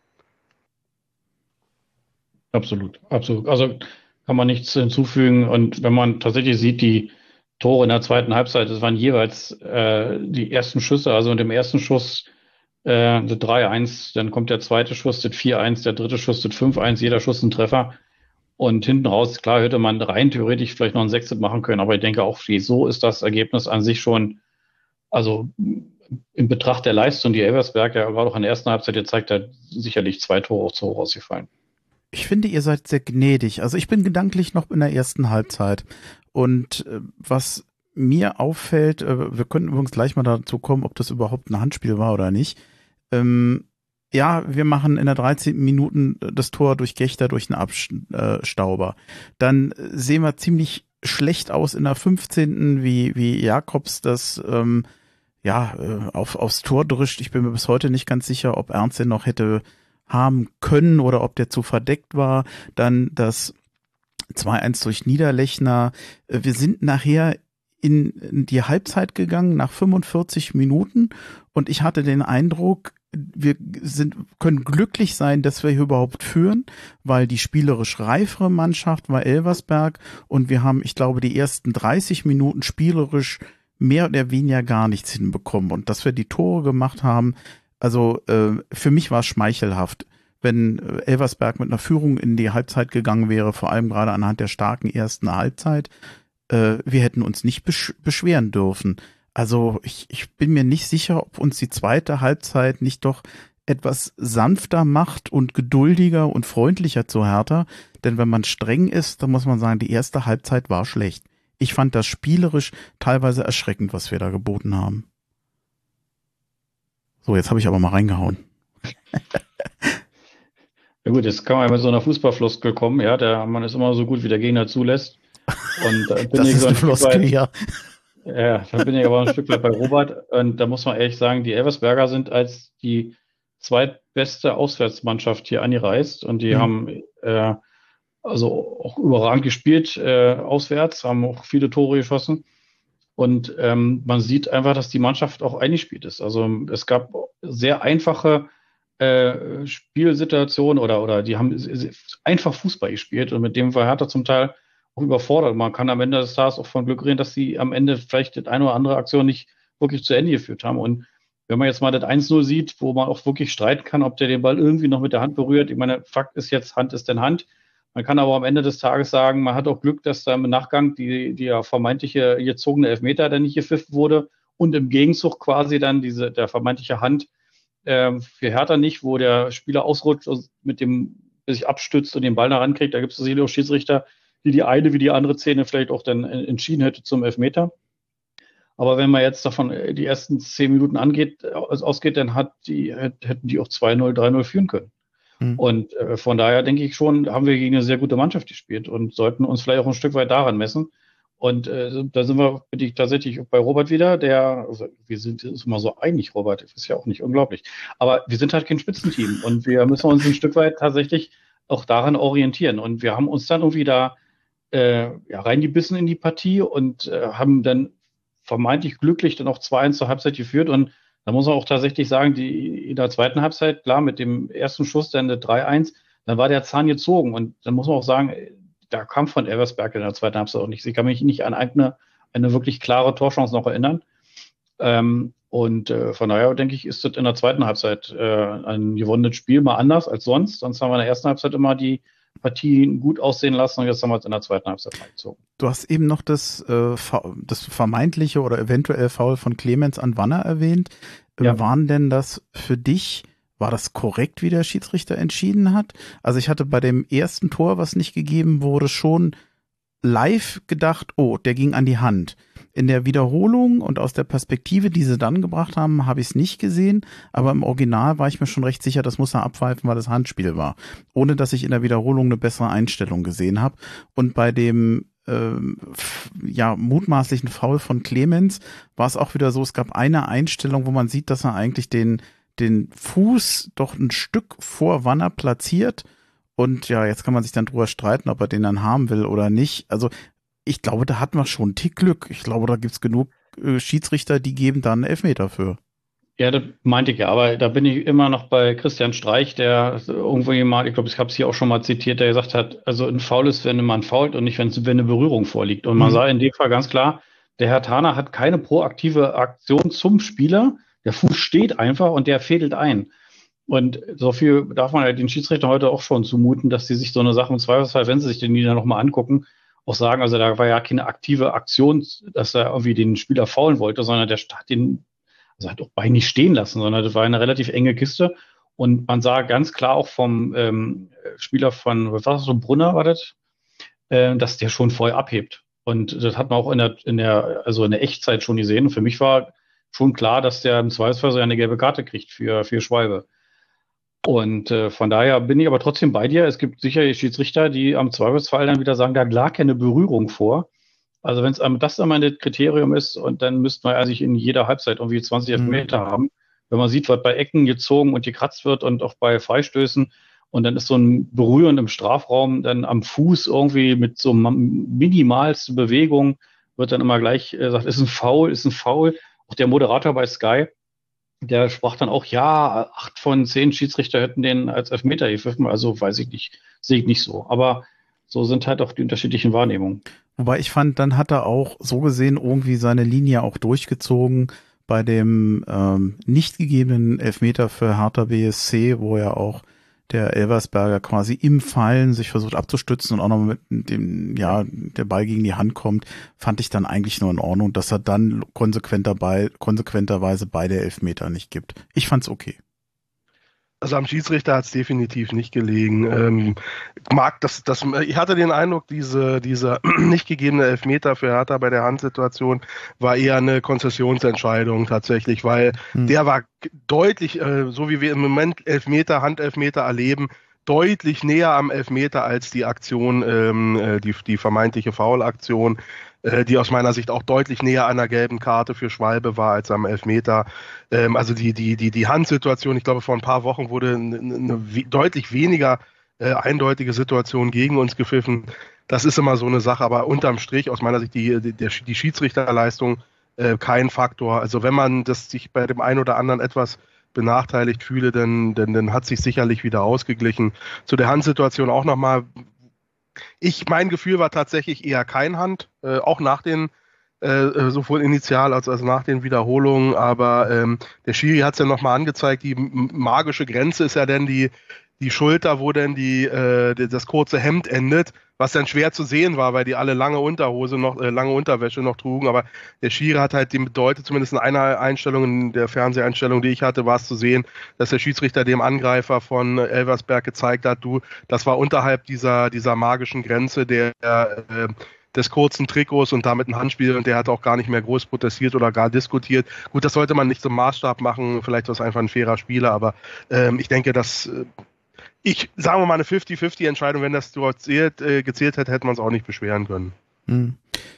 Speaker 6: Absolut, absolut. Also kann man nichts hinzufügen. Und wenn man tatsächlich sieht, die Tore in der zweiten Halbzeit, das waren jeweils äh, die ersten Schüsse, also mit dem ersten Schuss äh, das drei eins, dann kommt der zweite Schuss, das vier eins, der dritte Schuss, das fünf eins, jeder Schuss ein Treffer. Und hinten raus, klar, hätte man rein theoretisch vielleicht noch ein Sechstel machen können, aber ich denke auch, so ist das Ergebnis an sich schon, also in Betracht der Leistung, die Elversberg ja gerade auch in der ersten Halbzeit gezeigt hat, sicherlich zwei Tore auch zu hoch ausgefallen.
Speaker 4: Ich finde, ihr seid sehr gnädig. Also ich bin gedanklich noch in der ersten Halbzeit. Und äh, was mir auffällt, äh, wir können übrigens gleich mal dazu kommen, ob das überhaupt ein Handspiel war oder nicht. Ähm, ja, wir machen in der dreizehnten Minute das Tor durch Gechter, durch einen Abstauber. Dann sehen wir ziemlich schlecht aus in der fünfzehnten wie wie Jakobs das ähm, ja auf aufs Tor drischt. Ich bin mir bis heute nicht ganz sicher, ob Ernst den noch hätte haben können oder ob der zu verdeckt war. Dann das zwei eins durch Niederlechner. Wir sind nachher in, in die Halbzeit gegangen nach fünfundvierzig Minuten und ich hatte den Eindruck, wir sind, können glücklich sein, dass wir hier überhaupt führen, weil die spielerisch reifere Mannschaft war Elversberg und wir haben, ich glaube, die ersten dreißig Minuten spielerisch mehr oder weniger gar nichts hinbekommen und dass wir die Tore gemacht haben. Also äh, für mich war es schmeichelhaft, wenn äh, Elversberg mit einer Führung in die Halbzeit gegangen wäre, vor allem gerade anhand der starken ersten Halbzeit. Äh, wir hätten uns nicht besch- beschweren dürfen. Also ich, ich bin mir nicht sicher, ob uns die zweite Halbzeit nicht doch etwas sanfter macht und geduldiger und freundlicher zu Hertha. Denn wenn man streng ist, dann muss man sagen, die erste Halbzeit war schlecht. Ich fand das spielerisch teilweise erschreckend, was wir da geboten haben. So, jetzt habe ich aber mal reingehauen.
Speaker 6: Ja gut, jetzt kann man ja mit so einer Fußballfloskel kommen, ja, der man ist immer so gut, wie der Gegner zulässt. Und, äh, bin
Speaker 4: das
Speaker 6: ich
Speaker 4: ist
Speaker 6: so
Speaker 4: eine
Speaker 6: ein
Speaker 4: Floskel, ja.
Speaker 6: Ja, da bin ich aber ein Stück weit bei Robert. Und da muss man ehrlich sagen, die Elversberger sind als die zweitbeste Auswärtsmannschaft hier angereist. Und die
Speaker 4: Mhm.
Speaker 6: haben äh, also auch überragend gespielt äh, auswärts, haben auch viele Tore geschossen. Und ähm, man sieht einfach, dass die Mannschaft auch eingespielt ist. Also es gab sehr einfache äh, Spielsituationen oder, oder die haben einfach Fußball gespielt und mit dem war Hertha zum Teil auch überfordert. Man kann am Ende des Tages auch von Glück reden, dass sie am Ende vielleicht die eine oder andere Aktion nicht wirklich zu Ende geführt haben. Und wenn man jetzt mal das eins null sieht, wo man auch wirklich streiten kann, ob der den Ball irgendwie noch mit der Hand berührt. Ich meine, Fakt ist jetzt, Hand ist denn Hand. Man kann aber am Ende des Tages sagen, man hat auch Glück, dass da im Nachgang die, die ja vermeintliche gezogene Elfmeter dann nicht gepfiffen wurde und im Gegenzug quasi dann diese, der vermeintliche Hand äh, für Hertha nicht, wo der Spieler ausrutscht und mit dem sich abstützt und den Ball da rankriegt. Da gibt es sicherlich auch Schiedsrichter, die die eine wie die andere Szene vielleicht auch dann entschieden hätte zum Elfmeter. Aber wenn man jetzt davon die ersten zehn Minuten angeht, ausgeht, dann hat die, hätten die auch zwei null, drei null führen können. Mhm. Und äh, von daher denke ich schon, haben wir gegen eine sehr gute Mannschaft gespielt und sollten uns vielleicht auch ein Stück weit daran messen. Und äh, da sind wir, bin ich tatsächlich bei Robert wieder, der, also wir sind ist immer so einig, Robert, das ist ja auch nicht unglaublich. Aber wir sind halt kein Spitzenteam und wir müssen uns ein Stück weit tatsächlich auch daran orientieren. Und wir haben uns dann irgendwie da äh, ja, reingebissen in die Partie und äh, haben dann vermeintlich glücklich dann auch zwei eins zur Halbzeit geführt. Und da muss man auch tatsächlich sagen, die in der zweiten Halbzeit, klar, mit dem ersten Schuss dann der drei eins, dann war der Zahn gezogen. Und dann muss man auch sagen, da kam von Elversberg in der zweiten Halbzeit auch nichts. Ich kann mich nicht an eine, eine wirklich klare Torchance noch erinnern. Ähm, und äh, von daher denke ich, ist das in der zweiten Halbzeit äh, ein gewonnenes Spiel mal anders als sonst. Sonst haben wir in der ersten Halbzeit immer die Partien gut aussehen lassen und jetzt haben wir es in der zweiten Halbzeit mal gezogen.
Speaker 4: Du hast eben noch das, äh, das vermeintliche oder eventuell Foul von Clemens an Wanner erwähnt. Ja. Waren denn das für dich, war das korrekt, wie der Schiedsrichter entschieden hat? Also ich hatte bei dem ersten Tor, was nicht gegeben wurde, schon live gedacht, oh, der ging an die Hand. In der Wiederholung und aus der Perspektive, die sie dann gebracht haben, habe ich es nicht gesehen, aber im Original war ich mir schon recht sicher, das muss er abpfeifen, weil das Handspiel war, ohne dass ich in der Wiederholung eine bessere Einstellung gesehen habe. Und bei dem ähm, ja mutmaßlichen Foul von Clemens war es auch wieder so, es gab eine Einstellung, wo man sieht, dass er eigentlich den, den Fuß doch ein Stück vor Wanner platziert. Und ja, jetzt kann man sich dann drüber streiten, ob er den dann haben will oder nicht. Also ich glaube, da hatten wir schon einen Tick Glück. Ich glaube, da gibt's genug äh, Schiedsrichter, die geben dann einen Elfmeter für.
Speaker 6: Ja, das meinte ich ja, aber da bin ich immer noch bei Christian Streich, der irgendwo jemand, ich glaube, ich habe es hier auch schon mal zitiert, der gesagt hat, also ein Foul ist, wenn man fault und nicht, wenn, wenn eine Berührung vorliegt. Und man mhm. sah in dem Fall ganz klar, der Herr Thaner hat keine proaktive Aktion zum Spieler. Der Fuß steht einfach und der fädelt ein. Und so viel darf man ja den Schiedsrichter heute auch schon zumuten, dass sie sich so eine Sache im Zweifelsfall, wenn sie sich den wieder nochmal angucken, auch sagen, also da war ja keine aktive Aktion, dass er irgendwie den Spieler faulen wollte, sondern der hat den, also hat auch bei nicht stehen lassen, sondern das war eine relativ enge Kiste. Und man sah ganz klar auch vom ähm, Spieler von, was war das, so Brunner war das, äh, dass der schon vorher abhebt. Und das hat man auch in der, in der, also in der Echtzeit schon gesehen. Und für mich war schon klar, dass der im Zweifelsfall so eine gelbe Karte kriegt für, für Schwalbe. Und äh, von daher bin ich aber trotzdem bei dir. Es gibt sicherlich Schiedsrichter, die am Zweifelsfall dann wieder sagen, da lag ja eine Berührung vor. Also wenn es das dann mal ein Kriterium ist, und dann müsste man ja sich in jeder Halbzeit irgendwie zwanzig Elfmeter mhm. haben. Wenn man sieht, was bei Ecken gezogen und gekratzt wird und auch bei Freistößen, und dann ist so ein Berühren im Strafraum dann am Fuß irgendwie mit so minimalsten Bewegung, wird dann immer gleich gesagt, äh, ist ein Foul, ist ein Foul. Auch der Moderator bei Sky, der sprach dann auch, ja, acht von zehn Schiedsrichter hätten den als Elfmeter gepfiffen. Also weiß ich nicht, sehe ich nicht so. Aber so sind halt auch die unterschiedlichen Wahrnehmungen.
Speaker 4: Wobei ich fand, dann hat er auch so gesehen irgendwie seine Linie auch durchgezogen bei dem ähm, nicht gegebenen Elfmeter für Hertha B S C, wo ja auch der Elversberger quasi im Fallen sich versucht abzustützen und auch noch mit dem, ja, der Ball gegen die Hand kommt, fand ich dann eigentlich nur in Ordnung, dass er dann konsequent dabei, konsequenterweise beide Elfmeter nicht gibt. Ich fand's okay.
Speaker 5: Also am Schiedsrichter hat es definitiv nicht gelegen. Ähm, mag das, das, ich hatte den Eindruck, diese, diese nicht gegebene Elfmeter für Hertha bei der Handsituation war eher eine Konzessionsentscheidung tatsächlich, weil hm. der war deutlich, äh, so wie wir im Moment Elfmeter, Handelfmeter erleben, deutlich näher am Elfmeter als die Aktion, ähm, die, die vermeintliche Foul-Aktion. äh, die aus meiner Sicht auch deutlich näher an der gelben Karte für Schwalbe war als am Elfmeter. Ähm, also die, die, die, die Handsituation, ich glaube, vor ein paar Wochen wurde eine, eine deutlich weniger äh, eindeutige Situation gegen uns gepfiffen. Das ist immer so eine Sache, aber unterm Strich aus meiner Sicht die, die, die Schiedsrichterleistung äh, kein Faktor. Also wenn man das sich bei dem einen oder anderen etwas benachteiligt fühle, dann, dann, dann hat sich sicherlich wieder ausgeglichen. Zu der Handsituation auch nochmal. Ich, mein Gefühl war tatsächlich eher kein Hand, äh, auch nach den, äh, sowohl initial als auch nach den Wiederholungen, aber ähm, der Schiri hat es ja nochmal angezeigt, die magische Grenze ist ja dann die, die Schulter, wo dann die, äh, das kurze Hemd endet, was dann schwer zu sehen war, weil die alle lange Unterhose noch, äh, lange Unterwäsche noch trugen, aber der Schiri hat halt dem bedeutet, zumindest in einer Einstellung, in der Fernseheinstellung, die ich hatte, war es zu sehen, dass der Schiedsrichter dem Angreifer von Elversberg gezeigt hat, du, das war unterhalb dieser, dieser magischen Grenze der, äh, des kurzen Trikots und damit ein Handspiel und der hat auch gar nicht mehr groß protestiert oder gar diskutiert. Gut, das sollte man nicht zum Maßstab machen, vielleicht war es einfach ein fairer Spieler, aber ähm, ich denke, dass äh, Ich, sagen wir mal, eine fünfzig fünfzig Entscheidung, wenn das dort zählt, äh, gezählt hätte, hätte man es auch nicht beschweren können.
Speaker 4: Hm.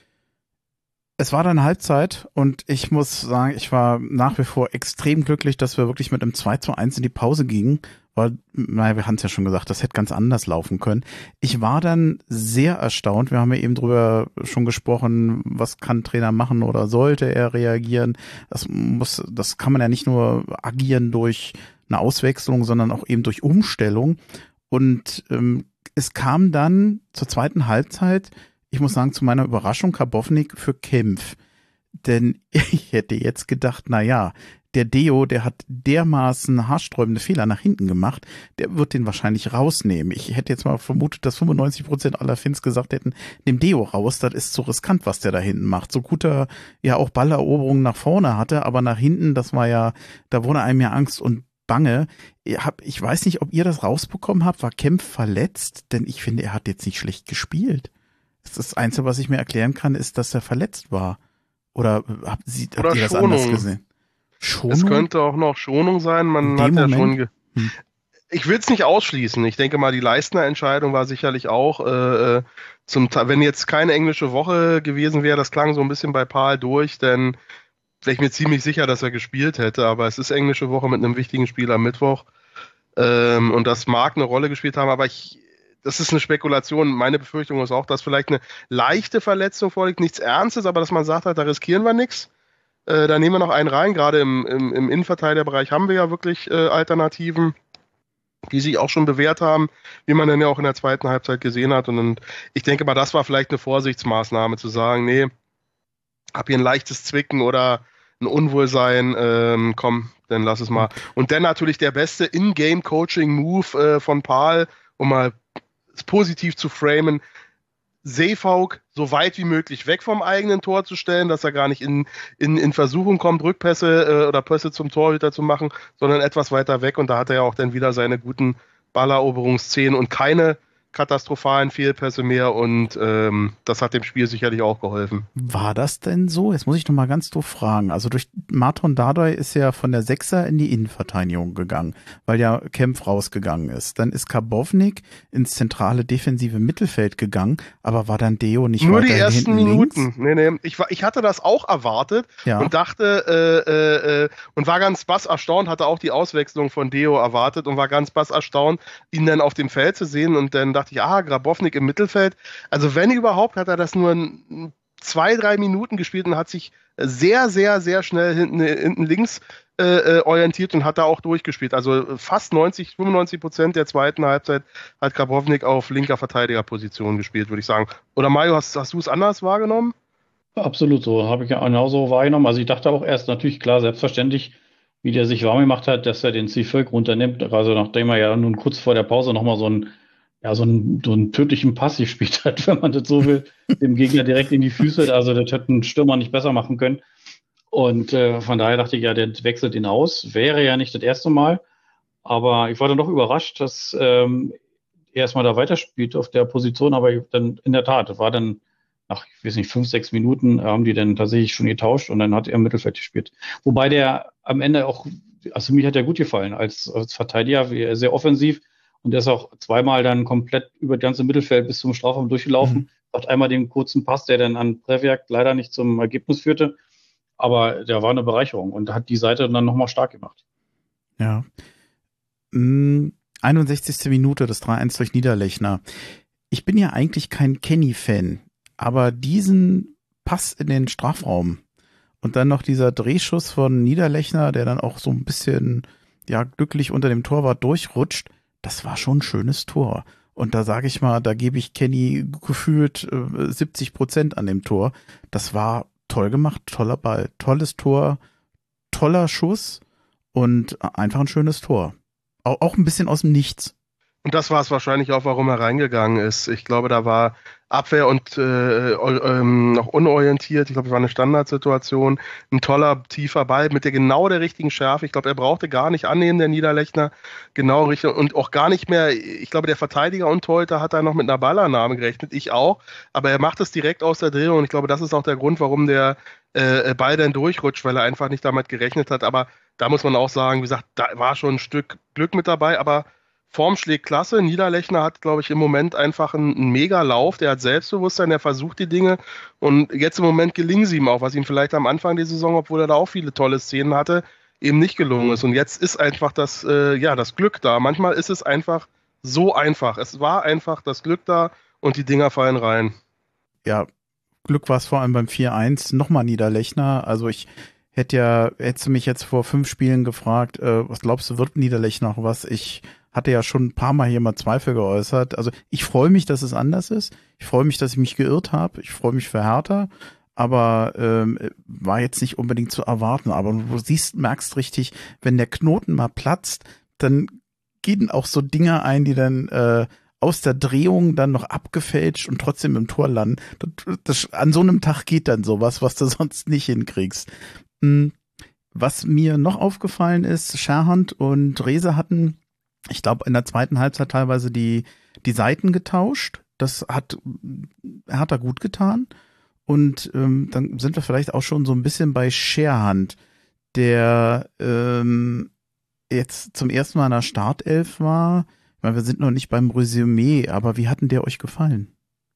Speaker 4: Es war dann Halbzeit und ich muss sagen, ich war nach wie vor extrem glücklich, dass wir wirklich mit einem zwei zu eins in die Pause gingen, weil, naja, wir haben es ja schon gesagt, das hätte ganz anders laufen können. Ich war dann sehr erstaunt, wir haben ja eben drüber schon gesprochen, was kann ein Trainer machen oder sollte er reagieren. Das muss, das kann man ja nicht nur agieren durch eine Auswechslung, sondern auch eben durch Umstellung. Und ähm, es kam dann zur zweiten Halbzeit, ich muss sagen, zu meiner Überraschung, Karbownik für Kempf. Denn ich hätte jetzt gedacht, na ja, der Deo, der hat dermaßen haarsträubende Fehler nach hinten gemacht, der wird den wahrscheinlich rausnehmen. Ich hätte jetzt mal vermutet, dass fünfundneunzig Prozent aller Fans gesagt hätten, dem Deo raus, das ist zu riskant, was der da hinten macht. So gut er ja auch Balleroberungen nach vorne hatte, aber nach hinten, das war ja, da wurde einem ja Angst und Bange. Ich, hab, ich weiß nicht, ob ihr das rausbekommen habt. War Kempf verletzt? Denn ich finde, er hat jetzt nicht schlecht gespielt. Das, ist das Einzige, was ich mir erklären kann, ist, dass er verletzt war. Oder habt, Sie, habt
Speaker 5: Oder
Speaker 4: ihr das
Speaker 5: Schonung.
Speaker 4: anders gesehen? Schonung?
Speaker 5: Es könnte auch noch Schonung sein. Man hat ja schon. Ge- hm. Ich will es nicht ausschließen. Ich denke mal, die Leistner Entscheidung war sicherlich auch äh, zum Teil, wenn jetzt keine englische Woche gewesen wäre, das klang so ein bisschen bei Pahl durch, denn wäre ich mir ziemlich sicher, dass er gespielt hätte, aber es ist englische Woche mit einem wichtigen Spiel am Mittwoch ähm, und das mag eine Rolle gespielt haben, aber ich, das ist eine Spekulation. Meine Befürchtung ist auch, dass vielleicht eine leichte Verletzung vorliegt, nichts Ernstes, aber dass man sagt, halt, da riskieren wir nichts. Äh, da nehmen wir noch einen rein, gerade im, im, im Innenverteidigerbereich haben wir ja wirklich äh, Alternativen, die sich auch schon bewährt haben, wie man dann ja auch in der zweiten Halbzeit gesehen hat. Und, und ich denke mal, das war vielleicht eine Vorsichtsmaßnahme, zu sagen, nee, hab hier ein leichtes Zwicken oder ein Unwohlsein, ähm, komm, dann lass es mal. Und dann natürlich der beste In-Game-Coaching-Move äh, von Pahl, um mal es positiv zu framen, Seefauk so weit wie möglich weg vom eigenen Tor zu stellen, dass er gar nicht in, in, in Versuchung kommt, Rückpässe äh, oder Pässe zum Torhüter zu machen, sondern etwas weiter weg. Und da hat er ja auch dann wieder seine guten Balleroberungsszenen und keine katastrophalen Fehlpässe mehr und ähm, das hat dem Spiel sicherlich auch geholfen.
Speaker 4: War das denn so? Jetzt muss ich noch mal ganz doof fragen. Also durch Marton Dardai ist ja von der Sechser in die Innenverteidigung gegangen, weil ja Kempf rausgegangen ist. Dann ist Karbownik ins zentrale defensive Mittelfeld gegangen, aber war dann Deo nicht
Speaker 5: nur
Speaker 4: weiter
Speaker 5: die ersten
Speaker 4: hinten
Speaker 5: Minuten?
Speaker 4: Links?
Speaker 5: Nee, nee. Ich, war, ich hatte das auch erwartet
Speaker 4: Ja.
Speaker 5: und dachte äh, äh, äh, und war ganz bass erstaunt, hatte auch die Auswechslung von Deo erwartet und war ganz bass erstaunt, ihn dann auf dem Feld zu sehen und dann dachte ich, ah, Grabownik im Mittelfeld. Also wenn überhaupt, hat er das nur in zwei, drei Minuten gespielt und hat sich sehr, sehr, sehr schnell hinten, hinten links äh, orientiert und hat da auch durchgespielt. Also fast neunzig, fünfundneunzig Prozent der zweiten Halbzeit hat Grabownik auf linker Verteidigerposition gespielt, würde ich sagen. Oder Mario, hast, hast du es anders wahrgenommen?
Speaker 6: Absolut so, habe ich ja genauso wahrgenommen. Also ich dachte auch erst natürlich, klar, selbstverständlich, wie der sich warm gemacht hat, dass er den Zielvölk runternimmt. Also nachdem er ja nun kurz vor der Pause nochmal so einen, ja, so einen, so einen tödlichen Pass gespielt hat, wenn man das so will, dem Gegner direkt in die Füße. Also das hätte ein Stürmer nicht besser machen können. Und äh, von daher dachte ich, ja, der wechselt ihn aus. Wäre ja nicht das erste Mal. Aber ich war dann doch überrascht, dass ähm, er erstmal da weiterspielt auf der Position. Aber dann in der Tat, das war dann nach, ich weiß nicht, fünf, sechs Minuten haben die dann tatsächlich schon getauscht und dann hat er im Mittelfeld gespielt. Wobei der am Ende auch, also mir hat er gut gefallen als, als Verteidiger, sehr offensiv und der ist auch zweimal dann komplett über das ganze Mittelfeld bis zum Strafraum durchgelaufen, mhm. hat einmal den kurzen Pass, der dann an Previak leider nicht zum Ergebnis führte. Aber der war eine Bereicherung und hat die Seite dann nochmal stark gemacht.
Speaker 4: Ja. Mm, einundsechzigste Minute, das drei eins durch Niederlechner. Ich bin ja eigentlich kein Kenny-Fan, aber diesen Pass in den Strafraum und dann noch dieser Drehschuss von Niederlechner, der dann auch so ein bisschen ja glücklich unter dem Torwart durchrutscht, das war schon ein schönes Tor. Und da sage ich mal, da gebe ich Kenny gefühlt äh, siebzig Prozent an dem Tor. Das war toll gemacht, toller Ball, tolles Tor, toller Schuss und einfach ein schönes Tor. Auch, auch ein bisschen aus dem Nichts.
Speaker 5: Und das war es wahrscheinlich auch, warum er reingegangen ist. Ich glaube, da war Abwehr und äh, ähm, noch unorientiert. Ich glaube, es war eine Standardsituation. Ein toller, tiefer Ball mit der genau der richtigen Schärfe. Ich glaube, er brauchte gar nicht annehmen, der Niederlechner. Genau richtig. Und auch gar nicht mehr, ich glaube, der Verteidiger und Torhüter hat da noch mit einer Ballannahme gerechnet. Ich auch. Aber er macht es direkt aus der Drehung. Und ich glaube, das ist auch der Grund, warum der äh, Ball dann durchrutscht, weil er einfach nicht damit gerechnet hat. Aber da muss man auch sagen, wie gesagt, da war schon ein Stück Glück mit dabei. Aber Form schlägt klasse. Niederlechner hat, glaube ich, im Moment einfach einen, einen Mega-Lauf. Der hat Selbstbewusstsein, der versucht die Dinge. Und jetzt im Moment gelingen sie ihm auch, was ihm vielleicht am Anfang der Saison, obwohl er da auch viele tolle Szenen hatte, eben nicht gelungen ist. Und jetzt ist einfach das, äh, ja, das Glück da. Manchmal ist es einfach so einfach. Es war einfach das Glück da und die Dinger fallen rein.
Speaker 4: Ja, Glück war es vor allem beim vier eins. Nochmal Niederlechner. Also ich hätte ja, hättest du mich jetzt vor fünf Spielen gefragt, äh, was glaubst du, wird Niederlechner noch was? Ich hatte ja schon ein paar Mal hier mal Zweifel geäußert. Also ich freue mich, dass es anders ist. Ich freue mich, dass ich mich geirrt habe. Ich freue mich für Hertha. Aber ähm, war jetzt nicht unbedingt zu erwarten. Aber du siehst, merkst richtig, wenn der Knoten mal platzt, dann gehen auch so Dinge ein, die dann äh, aus der Drehung dann noch abgefälscht und trotzdem im Tor landen. Das, das, an so einem Tag geht dann sowas, was du sonst nicht hinkriegst. Was mir noch aufgefallen ist, Scherhand und Rehse hatten, ich glaube, in der zweiten Halbzeit teilweise die, die Seiten getauscht. Das hat Hertha gut getan. Und ähm, dann sind wir vielleicht auch schon so ein bisschen bei Scherhand, der ähm, jetzt zum ersten Mal in der Startelf war. Ich meine, wir sind noch nicht beim Resümee, aber wie hat denn der euch gefallen?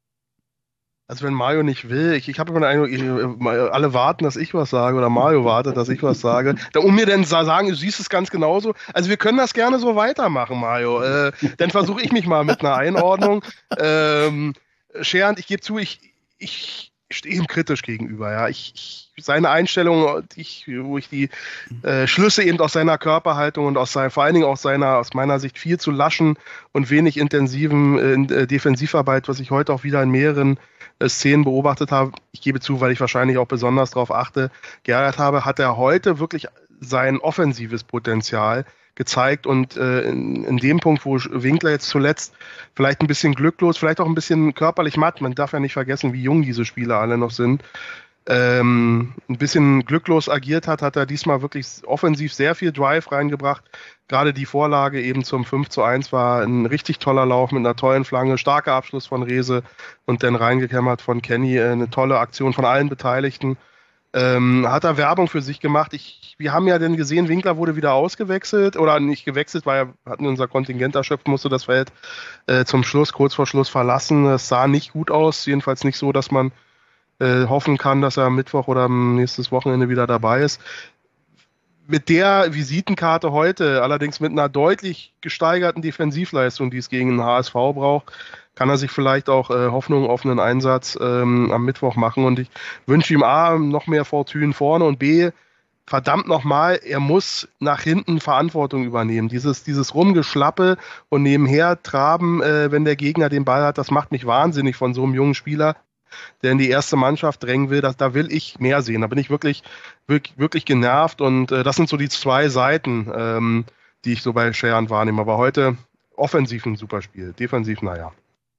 Speaker 5: Also wenn Mario nicht will, ich, ich habe immer den Eindruck, alle warten, dass ich was sage oder Mario wartet, dass ich was sage, da, um mir dann zu sagen, du siehst es ganz genauso. Also wir können das gerne so weitermachen, Mario. Äh, dann versuche ich mich mal mit einer Einordnung. Ähm, Scherhand, ich gebe zu, ich, ich stehe ihm kritisch gegenüber. Ja, ich, ich seine Einstellung, ich, wo ich die äh, Schlüsse eben aus seiner Körperhaltung und aus seiner, vor allen Dingen aus seiner, aus meiner Sicht viel zu laschen und wenig intensiven äh, Defensivarbeit, was ich heute auch wieder in mehreren äh, Szenen beobachtet habe. Ich gebe zu, weil ich wahrscheinlich auch besonders darauf achte, geärgert habe, hat er heute wirklich sein offensives Potenzial gezeigt und äh, in, in dem Punkt, wo Winkler jetzt zuletzt vielleicht ein bisschen glücklos, vielleicht auch ein bisschen körperlich matt, man darf ja nicht vergessen, wie jung diese Spieler alle noch sind, ähm, ein bisschen glücklos agiert hat, hat er diesmal wirklich offensiv sehr viel Drive reingebracht. Gerade die Vorlage eben zum fünf zu eins war ein richtig toller Lauf mit einer tollen Flanke, starker Abschluss von Rehse und dann reingekämmert von Kenny, äh, eine tolle Aktion von allen Beteiligten. Ähm, hat er Werbung für sich gemacht. Ich, wir haben ja dann gesehen, Winkler wurde wieder ausgewechselt oder nicht gewechselt, weil er hatten unser Kontingent erschöpft, musste das Feld äh, zum Schluss, kurz vor Schluss verlassen. Es sah nicht gut aus, jedenfalls nicht so, dass man äh, hoffen kann, dass er am Mittwoch oder am nächstes Wochenende wieder dabei ist. Mit der Visitenkarte heute, allerdings mit einer deutlich gesteigerten Defensivleistung, die es gegen den H S V braucht, kann er sich vielleicht auch äh, Hoffnung auf einen Einsatz ähm, am Mittwoch machen. Und ich wünsche ihm A, noch mehr Fortune vorne und B, verdammt nochmal, er muss nach hinten Verantwortung übernehmen. Dieses, dieses Rumgeschlappe und nebenher traben, äh, wenn der Gegner den Ball hat, das macht mich wahnsinnig von so einem jungen Spieler, der in die erste Mannschaft drängen will. Das, da will ich mehr sehen. Da bin ich wirklich, wirklich, wirklich genervt. Und äh, das sind so die zwei Seiten, ähm, die ich so bei Scherhand wahrnehme. Aber heute offensiv ein super Spiel, defensiv, naja.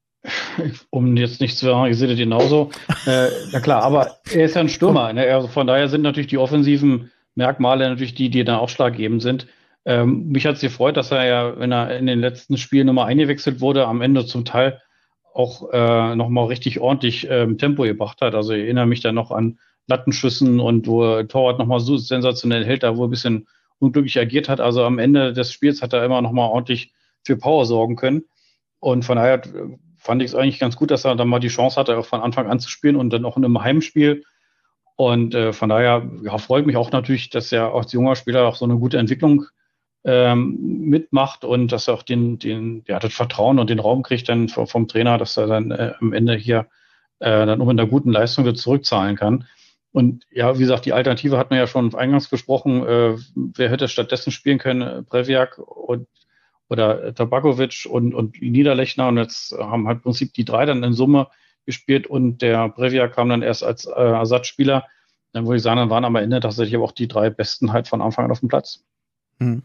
Speaker 6: Um jetzt nicht zu sagen, ihr seht es genauso. äh, ja klar, aber er ist ja ein Stürmer. Ne? Also von daher sind natürlich die offensiven Merkmale natürlich die, die dann ausschlaggebend sind. Ähm, mich hat es gefreut, dass er ja, wenn er in den letzten Spielen nochmal eingewechselt wurde, am Ende zum Teil auch äh, nochmal richtig ordentlich ähm, Tempo gebracht hat. Also ich erinnere mich da noch an Lattenschüssen und wo Torwart nochmal so sensationell hält, da wo er ein bisschen unglücklich agiert hat. Also am Ende des Spiels hat er immer nochmal ordentlich für Power sorgen können. Und von daher fand ich es eigentlich ganz gut, dass er dann mal die Chance hatte, auch von Anfang an zu spielen und dann auch in einem Heimspiel. Und äh, von daher ja, freut mich auch natürlich, dass er als junger Spieler auch so eine gute Entwicklung ähm, mitmacht und dass er auch den, den, ja, das Vertrauen und den Raum kriegt dann vom, vom Trainer, dass er dann äh, am Ende hier äh, dann auch mit einer guten Leistung wieder zurückzahlen kann. Und ja, wie gesagt, die Alternative hat man ja schon eingangs besprochen. Äh, wer hätte stattdessen spielen können? Breviak und oder Tabakovic und, und Niederlechner. Und jetzt haben halt im Prinzip die drei dann in Summe gespielt und der Breviak kam dann erst als äh, Ersatzspieler. Dann würde ich sagen, dann waren am Ende tatsächlich aber auch die drei Besten halt von Anfang an auf dem Platz.
Speaker 4: Hm.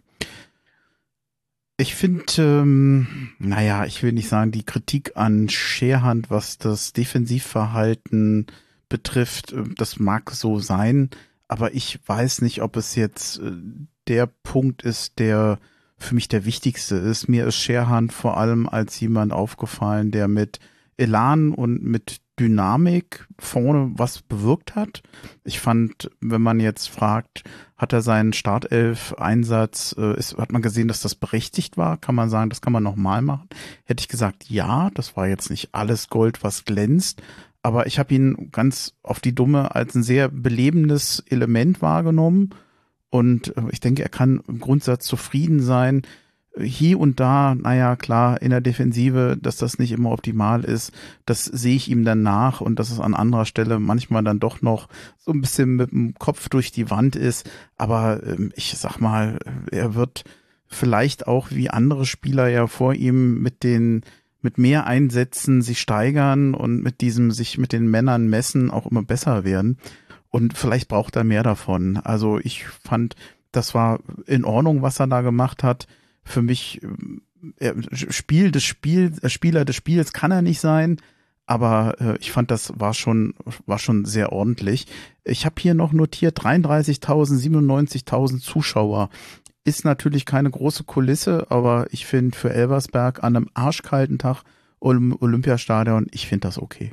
Speaker 4: Ich finde, ähm, naja, ich will nicht sagen, die Kritik an Scherhand, was das Defensivverhalten betrifft, das mag so sein, aber ich weiß nicht, ob es jetzt äh, der Punkt ist, der für mich der wichtigste ist. Mir ist Scherhand vor allem als jemand aufgefallen, der mit Elan und mit Dynamik vorne was bewirkt hat. Ich fand, wenn man jetzt fragt, hat er seinen Startelf-Einsatz, äh, ist, hat man gesehen, dass das berechtigt war? Kann man sagen, das kann man nochmal machen? Hätte ich gesagt, ja, das war jetzt nicht alles Gold, was glänzt, aber ich habe ihn ganz auf die Dumme als ein sehr belebendes Element wahrgenommen und äh, ich denke, er kann im Grundsatz zufrieden sein. Hier und da, naja, klar, in der Defensive, dass das nicht immer optimal ist, das sehe ich ihm dann nach und dass es an anderer Stelle manchmal dann doch noch so ein bisschen mit dem Kopf durch die Wand ist. Aber ähm, ich sag mal, er wird vielleicht auch wie andere Spieler ja vor ihm mit den mit mehr Einsätzen sich steigern und mit diesem sich mit den Männern messen auch immer besser werden. Und vielleicht braucht er mehr davon. Also ich fand, das war in Ordnung, was er da gemacht hat. Für mich, äh, Spiel des Spiel, äh, Spieler des Spiels kann er nicht sein, aber äh, ich fand, das war schon, war schon sehr ordentlich. Ich habe hier noch notiert, dreiunddreißigtausend, siebenundneunzigtausend Zuschauer. Ist natürlich keine große Kulisse, aber ich finde für Elversberg an einem arschkalten Tag im Olympiastadion, ich finde das okay.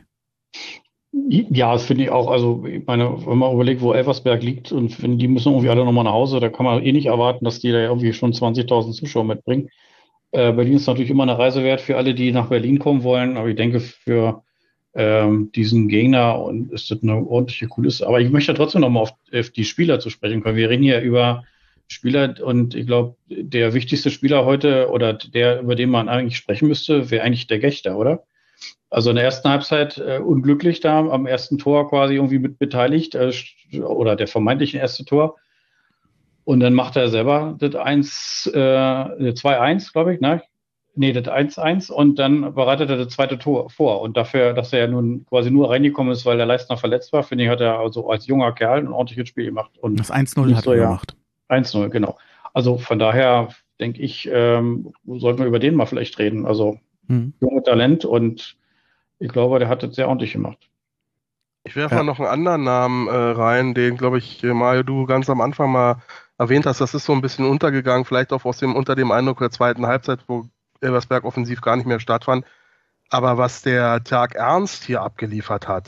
Speaker 6: Ja, das finde ich auch. Also, ich meine, wenn man überlegt, wo Elversberg liegt und wenn die müssen irgendwie alle nochmal nach Hause, da kann man eh nicht erwarten, dass die da irgendwie schon zwanzigtausend Zuschauer mitbringen. Äh, Berlin ist natürlich immer eine Reise wert für alle, die nach Berlin kommen wollen, aber ich denke, für ähm, diesen Gegner und ist das eine ordentliche Kulisse. Aber ich möchte trotzdem nochmal auf, auf die Spieler zu sprechen kommen. Wir reden hier über Spieler und ich glaube, der wichtigste Spieler heute oder der, über den man eigentlich sprechen müsste, wäre eigentlich der Gächter, oder? Also in der ersten Halbzeit äh, unglücklich da am ersten Tor quasi irgendwie mit beteiligt äh, oder der vermeintlichen erste Tor. Und dann macht er selber das eins, äh, zwei eins, glaube ich, ne? Nee, das eins eins und dann bereitet er das zweite Tor vor. Und dafür, dass er ja nun quasi nur reingekommen ist, weil der Leistner verletzt war, finde ich, hat er also als junger Kerl ein ordentliches Spiel gemacht. Und
Speaker 4: das eins null hat er
Speaker 6: ja,
Speaker 4: gemacht.
Speaker 6: eins null, genau. Also von daher denke ich, ähm, sollten wir über den mal vielleicht reden. Also hm. junge Talent und ich glaube, der hat das sehr ordentlich gemacht.
Speaker 5: Ich werfe ja. mal noch einen anderen Namen äh, rein, den, glaube ich, Mario, du ganz am Anfang mal erwähnt hast. Das ist so ein bisschen untergegangen, vielleicht auch aus dem, unter dem Eindruck der zweiten Halbzeit, wo Elversberg offensiv gar nicht mehr stattfand. Aber was der Tag Ernst hier abgeliefert hat,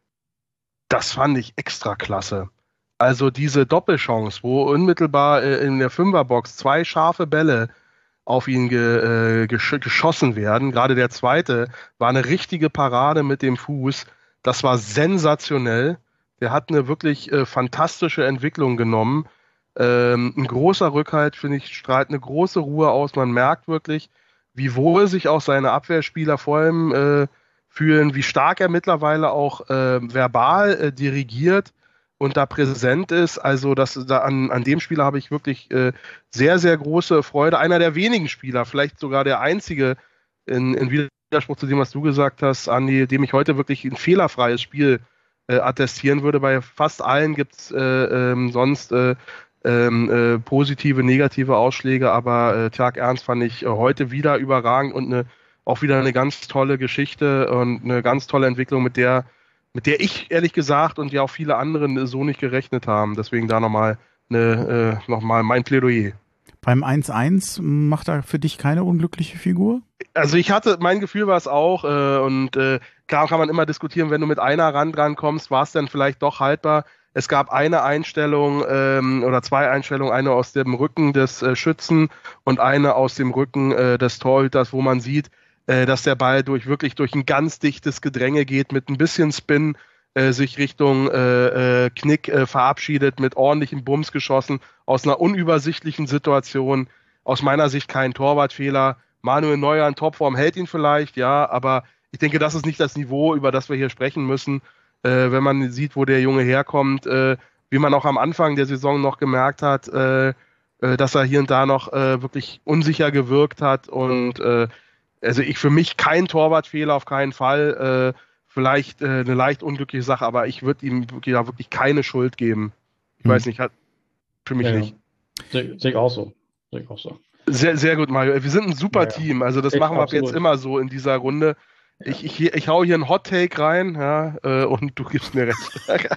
Speaker 5: das fand ich extra klasse. Also diese Doppelchance, wo unmittelbar äh, in der Fünferbox zwei scharfe Bälle auf ihn ge, äh, gesch- geschossen werden. Gerade der zweite war eine richtige Parade mit dem Fuß. Das war sensationell. Der hat eine wirklich äh, fantastische Entwicklung genommen. Ähm, ein großer Rückhalt, finde ich, strahlt eine große Ruhe aus. Man merkt wirklich, wie wohl sich auch seine Abwehrspieler vor allem äh, fühlen, wie stark er mittlerweile auch äh, verbal äh, dirigiert und da präsent ist. Also das, da an, an dem Spieler habe ich wirklich äh, sehr, sehr große Freude. Einer der wenigen Spieler, vielleicht sogar der einzige, in, in Widerspruch zu dem, was du gesagt hast, Andi, dem ich heute wirklich ein fehlerfreies Spiel äh, attestieren würde. Bei fast allen gibt es äh, ähm, sonst äh, ähm, äh, positive, negative Ausschläge, aber äh, Tag Ernst fand ich äh, heute wieder überragend und eine, auch wieder eine ganz tolle Geschichte und eine ganz tolle Entwicklung, mit der mit der ich ehrlich gesagt und ja auch viele andere so nicht gerechnet haben. Deswegen da nochmal eine, äh, noch mal mein Plädoyer.
Speaker 4: Beim eins eins macht er für dich keine unglückliche Figur?
Speaker 5: Also ich hatte, mein Gefühl war es auch äh, und äh, klar kann man immer diskutieren, wenn du mit einer Ran dran kommst, war es dann vielleicht doch haltbar. Es gab eine Einstellung ähm, oder zwei Einstellungen, eine aus dem Rücken des äh, Schützen und eine aus dem Rücken äh, des Torhüters, wo man sieht, äh, dass der Ball durch wirklich durch ein ganz dichtes Gedränge geht, mit ein bisschen Spin äh, sich Richtung äh, äh, Knick äh, verabschiedet, mit ordentlichem Bums geschossen, aus einer unübersichtlichen Situation. Aus meiner Sicht kein Torwartfehler. Manuel Neuer in Topform hält ihn vielleicht, ja, aber ich denke, das ist nicht das Niveau, über das wir hier sprechen müssen, äh, wenn man sieht, wo der Junge herkommt, äh, wie man auch am Anfang der Saison noch gemerkt hat, äh, äh, dass er hier und da noch äh, wirklich unsicher gewirkt hat und äh, also ich für mich kein Torwartfehler, auf keinen Fall, äh, vielleicht äh, eine leicht unglückliche Sache, aber ich würde ihm wirklich, da wirklich keine Schuld geben. Ich hm. weiß nicht, hat für mich ja, nicht.
Speaker 6: Sehe seh ich auch so. Sehe ich auch so.
Speaker 5: Sehr, sehr gut, Mario. Wir sind ein super ja, Team. Also das ich machen wir ab jetzt immer so in dieser Runde. Ja. Ich, ich, ich hau hier einen Hot-Take rein, ja, äh, und du gibst mir recht.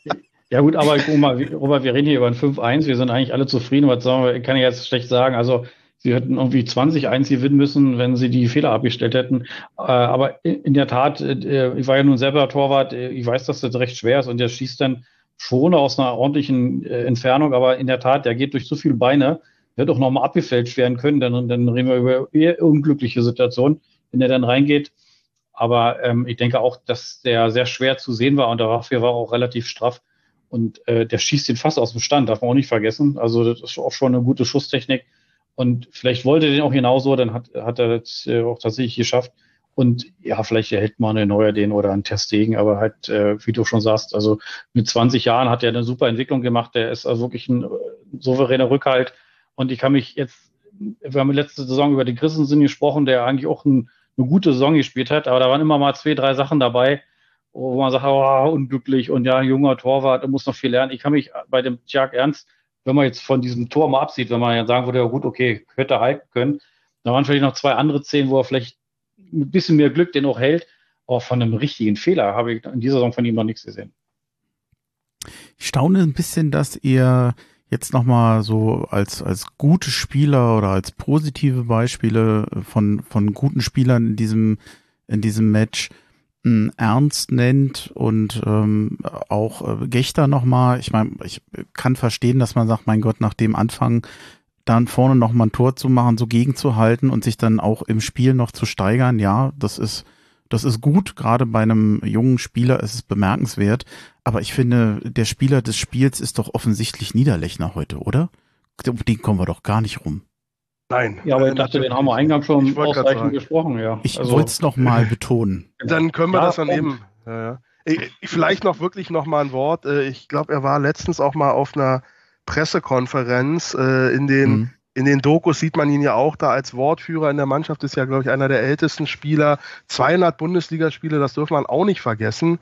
Speaker 6: Ja gut, aber guck mal, Robert, wir reden hier über ein fünf eins. Wir sind eigentlich alle zufrieden. Was sagen wir, kann ich jetzt schlecht sagen. Also sie hätten irgendwie zwanzig eins gewinnen müssen, wenn sie die Fehler abgestellt hätten. Äh, aber in, in der Tat, äh, ich war ja nun selber Torwart. Äh, ich weiß, dass das recht schwer ist und der schießt dann schon aus einer ordentlichen äh, Entfernung. Aber in der Tat, der geht durch so viele Beine, wird auch nochmal abgefälscht werden können, dann, dann reden wir über eher unglückliche Situationen, wenn er dann reingeht. Aber ähm, ich denke auch, dass der sehr schwer zu sehen war und dafür war er auch relativ straff. Und äh, der schießt den fast aus dem Stand, darf man auch nicht vergessen. Also das ist auch schon eine gute Schusstechnik. Und vielleicht wollte er den auch genauso, dann hat, hat er das äh, auch tatsächlich geschafft. Und ja, vielleicht erhält man einen Neuer den oder einen Ter Stegen, aber halt, äh, wie du schon sagst, also mit zwanzig Jahren hat er eine super Entwicklung gemacht. Der ist also wirklich ein äh, souveräner Rückhalt. Und ich kann mich jetzt, wir haben letzte Saison über den Christensen gesprochen, der eigentlich auch ein, eine gute Saison gespielt hat, aber da waren immer mal zwei, drei Sachen dabei, wo man sagt, oh, unglücklich und ja, junger Torwart, er muss noch viel lernen. Ich kann mich bei dem Tjag Ernst, wenn man jetzt von diesem Tor mal absieht, wenn man ja sagen würde, ja gut, okay, hätte er halten können, da waren vielleicht noch zwei andere Szenen, wo er vielleicht ein bisschen mehr Glück den auch hält, aber von einem richtigen Fehler habe ich in dieser Saison von ihm noch nichts gesehen.
Speaker 4: Ich staune ein bisschen, dass ihr jetzt nochmal so als, als gute Spieler oder als positive Beispiele von, von guten Spielern in diesem, in diesem Match m, Ernst nennt und ähm, auch äh, Gechter nochmal. Ich meine, ich kann verstehen, dass man sagt, mein Gott, nach dem Anfang dann vorne nochmal ein Tor zu machen, so gegenzuhalten und sich dann auch im Spiel noch zu steigern. Ja, das ist, das ist gut. Gerade bei einem jungen Spieler ist es bemerkenswert. Aber ich finde, der Spieler des Spiels ist doch offensichtlich Niederlechner heute, oder? Um den kommen wir doch gar nicht rum.
Speaker 5: Nein.
Speaker 6: Ja, aber ich dachte, den haben wir eingangs schon ausreichend gesprochen, ja.
Speaker 4: Ich also, wollte es noch mal betonen.
Speaker 5: Dann können wir ja, das dann eben. Ja, ja. Ich, vielleicht noch wirklich noch mal ein Wort. Ich glaube, er war letztens auch mal auf einer Pressekonferenz. In den, mhm. in den Dokus sieht man ihn ja auch da als Wortführer in der Mannschaft. Ist ja, glaube ich, einer der ältesten Spieler. zweihundert Bundesligaspiele, das dürfen wir auch nicht vergessen.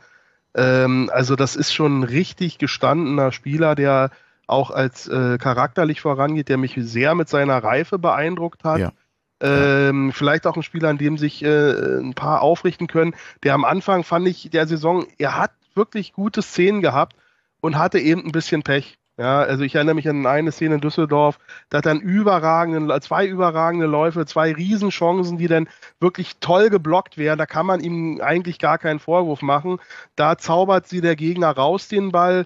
Speaker 5: Also das ist schon ein richtig gestandener Spieler, der auch als äh, charakterlich vorangeht, der mich sehr mit seiner Reife beeindruckt hat. Ja. Ähm, vielleicht auch ein Spieler, an dem sich äh, ein paar aufrichten können. Der am Anfang, fand ich, der Saison, er hat wirklich gute Szenen gehabt und hatte eben ein bisschen Pech. Ja, also ich erinnere mich an eine Szene in Düsseldorf, da hat er überragende, zwei überragende Läufe, zwei Riesenchancen, die dann wirklich toll geblockt werden. Da kann man ihm eigentlich gar keinen Vorwurf machen. Da zaubert sie der Gegner raus, den Ball.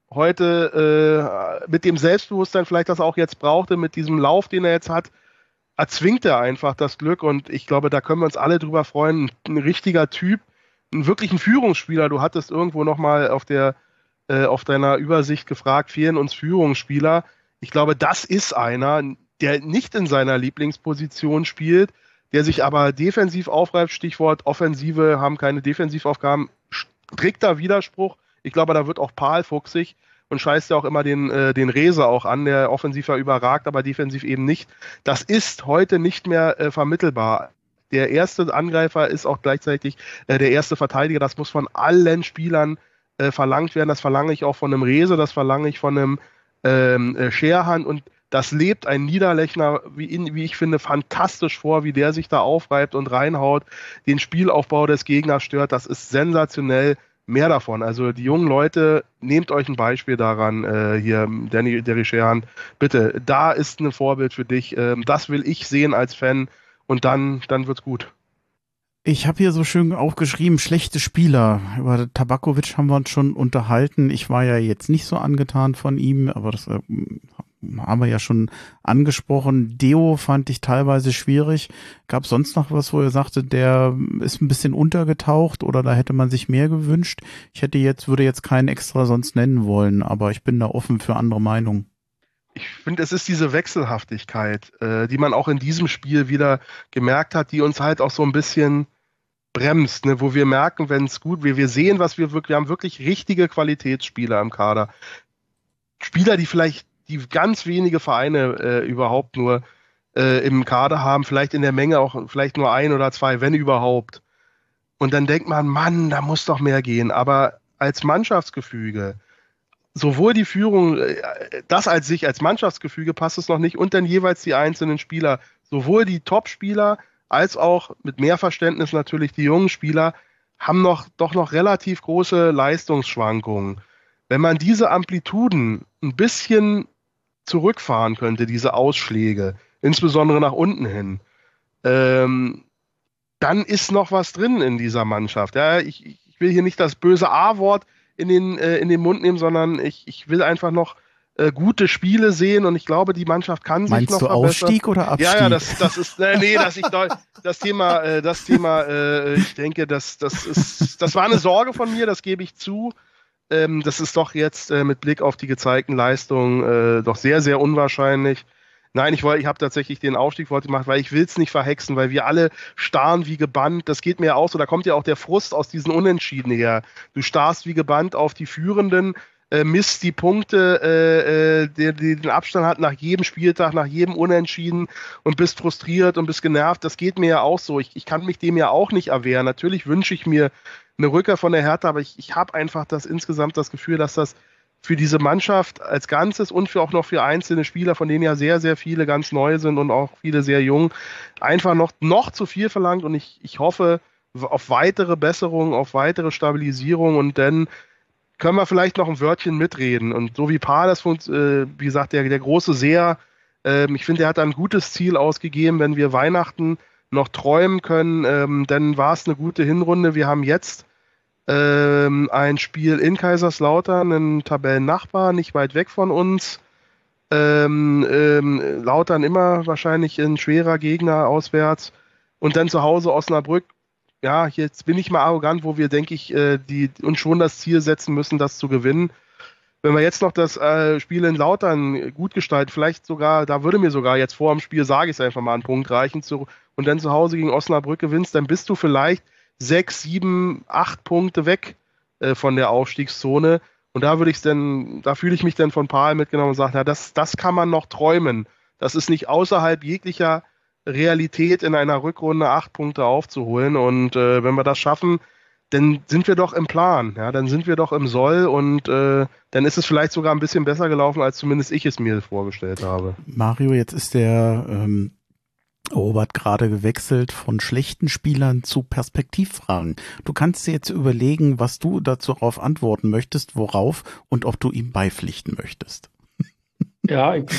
Speaker 5: Heute äh, mit dem Selbstbewusstsein vielleicht, das er auch jetzt brauchte, mit diesem Lauf, den er jetzt hat, erzwingt er einfach das Glück. Und ich glaube, da können wir uns alle drüber freuen. Ein, ein richtiger Typ, ein wirklich ein Führungsspieler. Du hattest irgendwo nochmal auf der auf deiner Übersicht gefragt, fehlen uns Führungsspieler. Ich glaube, das ist einer, der nicht in seiner Lieblingsposition spielt, der sich aber defensiv aufreibt, Stichwort Offensive, haben keine Defensivaufgaben, strikter Widerspruch. Ich glaube, da wird auch Pahl fuchsig und scheißt ja auch immer den, äh, den Rehse auch an, der offensiv ja überragt, aber defensiv eben nicht. Das ist heute nicht mehr äh, vermittelbar. Der erste Angreifer ist auch gleichzeitig äh, der erste Verteidiger. Das muss von allen Spielern verlangt werden, das verlange ich auch von einem Rehse, das verlange ich von einem ähm, Scherhan und das lebt ein Niederlechner, wie, in, wie ich finde, fantastisch vor, wie der sich da aufreibt und reinhaut, den Spielaufbau des Gegners stört, das ist sensationell, mehr davon. Also die jungen Leute, nehmt euch ein Beispiel daran, äh, hier, Danny, Derry Scherhan, bitte, da ist ein Vorbild für dich, ähm, das will ich sehen als Fan und dann, dann wird's gut.
Speaker 4: Ich habe hier so schön aufgeschrieben, schlechte Spieler. Über Tabakovic haben wir uns schon unterhalten. Ich war ja jetzt nicht so angetan von ihm, aber das äh, haben wir ja schon angesprochen. Deo fand ich teilweise schwierig. Gab es sonst noch was, wo ihr sagtet, der ist ein bisschen untergetaucht oder da hätte man sich mehr gewünscht? Ich hätte jetzt, würde jetzt keinen extra sonst nennen wollen, aber ich bin da offen für andere Meinungen.
Speaker 5: Ich finde, es ist diese Wechselhaftigkeit, äh, die man auch in diesem Spiel wieder gemerkt hat, die uns halt auch so ein bisschen bremst, ne? Wo wir merken, wenn es gut, wir, wir sehen, was wir wirklich, wir haben wirklich richtige Qualitätsspieler im Kader. Spieler, die vielleicht die ganz wenige Vereine äh, überhaupt nur äh, im Kader haben, vielleicht in der Menge auch vielleicht nur ein oder zwei, wenn überhaupt. Und dann denkt man, Mann, da muss doch mehr gehen. Aber als Mannschaftsgefüge, sowohl die Führung, das als sich als Mannschaftsgefüge passt es noch nicht und dann jeweils die einzelnen Spieler, sowohl die Top-Spieler als auch mit mehr Verständnis natürlich die jungen Spieler, haben noch doch noch relativ große Leistungsschwankungen. Wenn man diese Amplituden ein bisschen zurückfahren könnte, diese Ausschläge, insbesondere nach unten hin, ähm, dann ist noch was drin in dieser Mannschaft. Ja, ich, ich will hier nicht das böse A-Wort in den, äh, in den Mund nehmen, sondern ich, ich will einfach noch äh, gute Spiele sehen und ich glaube, die Mannschaft kann sich
Speaker 4: Meinst
Speaker 5: noch
Speaker 4: du
Speaker 5: verbessern.
Speaker 4: Aufstieg oder Abstieg?
Speaker 5: Ja, ja, das, das ist, äh, nee, das, ich, das Thema, äh, das Thema, äh, ich denke, das, das ist, das war eine Sorge von mir, das gebe ich zu. Ähm, das ist doch jetzt äh, mit Blick auf die gezeigten Leistungen äh, doch sehr, sehr unwahrscheinlich. Nein, ich wollte, ich habe tatsächlich den Aufstieg wollte gemacht, weil ich will es nicht verhexen, weil wir alle starren wie gebannt. Das geht mir auch so. Da kommt ja auch der Frust aus diesen Unentschieden her. Du starrst wie gebannt auf die Führenden, äh, misst die Punkte, äh, äh, die, die den Abstand hat nach jedem Spieltag, nach jedem Unentschieden und bist frustriert und bist genervt. Das geht mir ja auch so. Ich, ich kann mich dem ja auch nicht erwehren. Natürlich wünsche ich mir eine Rückkehr von der Hertha, aber ich, ich habe einfach das insgesamt das Gefühl, dass das für diese Mannschaft als Ganzes und für auch noch für einzelne Spieler, von denen ja sehr, sehr viele ganz neu sind und auch viele sehr jung, einfach noch, noch zu viel verlangt und ich, ich hoffe auf weitere Besserungen, auf weitere Stabilisierung und dann können wir vielleicht noch ein Wörtchen mitreden und so wie Paar das, äh, wie gesagt, der, der große Seher, äh, ich finde, er hat ein gutes Ziel ausgegeben, wenn wir Weihnachten noch träumen können, ähm, dann war es eine gute Hinrunde. Wir haben jetzt Ähm, ein Spiel in Kaiserslautern, ein Tabellennachbar, nicht weit weg von uns. Ähm, ähm, Lautern immer wahrscheinlich ein schwerer Gegner auswärts. Und dann zu Hause Osnabrück. Ja, jetzt bin ich mal arrogant, wo wir, denke ich, äh, die, uns schon das Ziel setzen müssen, das zu gewinnen. Wenn wir jetzt noch das äh, Spiel in Lautern gut gestalten, vielleicht sogar, da würde mir sogar jetzt vor dem Spiel, sage ich es einfach mal, einen Punkt reichen zu, und dann zu Hause gegen Osnabrück gewinnst, dann bist du vielleicht sechs, sieben, acht Punkte weg äh, von der Aufstiegszone. Und da würde ich dann, da fühle ich mich dann von Paul mitgenommen und sage, na, das, das kann man noch träumen. Das ist nicht außerhalb jeglicher Realität in einer Rückrunde acht Punkte aufzuholen. Und äh, wenn wir das schaffen, dann sind wir doch im Plan, ja, dann sind wir doch im Soll und äh, dann ist es vielleicht sogar ein bisschen besser gelaufen, als zumindest ich es mir vorgestellt habe.
Speaker 4: Mario, jetzt ist der ähm Robert gerade gewechselt von schlechten Spielern zu Perspektivfragen. Du kannst dir jetzt überlegen, was du dazu darauf antworten möchtest, worauf und ob du ihm beipflichten möchtest.
Speaker 6: Ja, ich,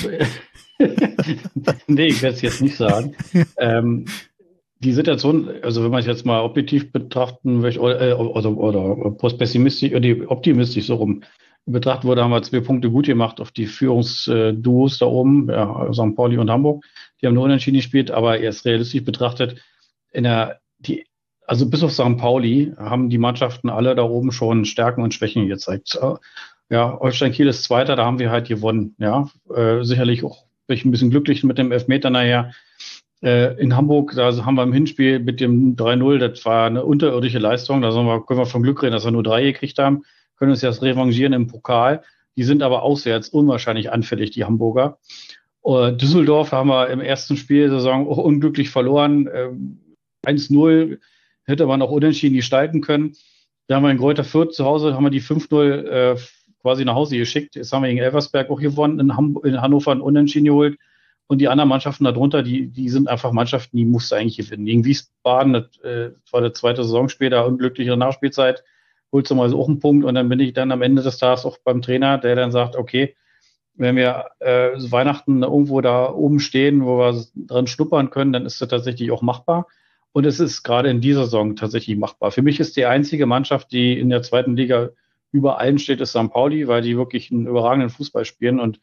Speaker 6: nee, ich werde es jetzt nicht sagen. ähm, die Situation, also wenn man es jetzt mal objektiv betrachten möchte, oder, oder, oder pessimistisch oder optimistisch so rum betrachtet wurde, haben wir zwei Punkte gut gemacht auf die Führungsduos da oben, ja, Sankt Pauli und Hamburg. Die haben nur unentschieden gespielt, aber erst realistisch betrachtet, in der, die, also bis auf Sankt Pauli haben die Mannschaften alle da oben schon Stärken und Schwächen gezeigt. Ja, Holstein Kiel ist Zweiter, da haben wir halt gewonnen. Ja, äh, sicherlich auch bin ich ein bisschen glücklich mit dem Elfmeter nachher. Äh, in Hamburg, da haben wir im Hinspiel mit dem drei null, das war eine unterirdische Leistung. Da sollen wir, können wir vom Glück reden, dass wir nur drei gekriegt haben. Können uns jetzt revanchieren im Pokal. Die sind aber auswärts unwahrscheinlich anfällig, die Hamburger. Uh, Düsseldorf haben wir im ersten Spiel sozusagen auch unglücklich verloren. Ähm, eins null hätte man auch unentschieden gestalten können. Da haben wir in Greuther Fürth zu Hause, haben wir die fünf null äh, quasi nach Hause geschickt. Jetzt haben wir gegen Elversberg auch gewonnen, in, Ham- in Hannover einen Unentschieden geholt. Und die anderen Mannschaften darunter, die, die sind einfach Mannschaften, die musst du eigentlich gewinnen. Gegen Wiesbaden, das äh, war der zweite Saisonspiel, da unglückliche Nachspielzeit, holst du mal so auch einen Punkt. Und dann bin ich dann am Ende des Tages auch beim Trainer, der dann sagt, okay, wenn wir äh, Weihnachten irgendwo da oben stehen, wo wir dran schnuppern können, dann ist das tatsächlich auch machbar. Und es ist gerade in dieser Saison tatsächlich machbar. Für mich ist die einzige Mannschaft, die in der zweiten Liga über allen steht, ist Sankt Pauli, weil die wirklich einen überragenden Fußball spielen. Und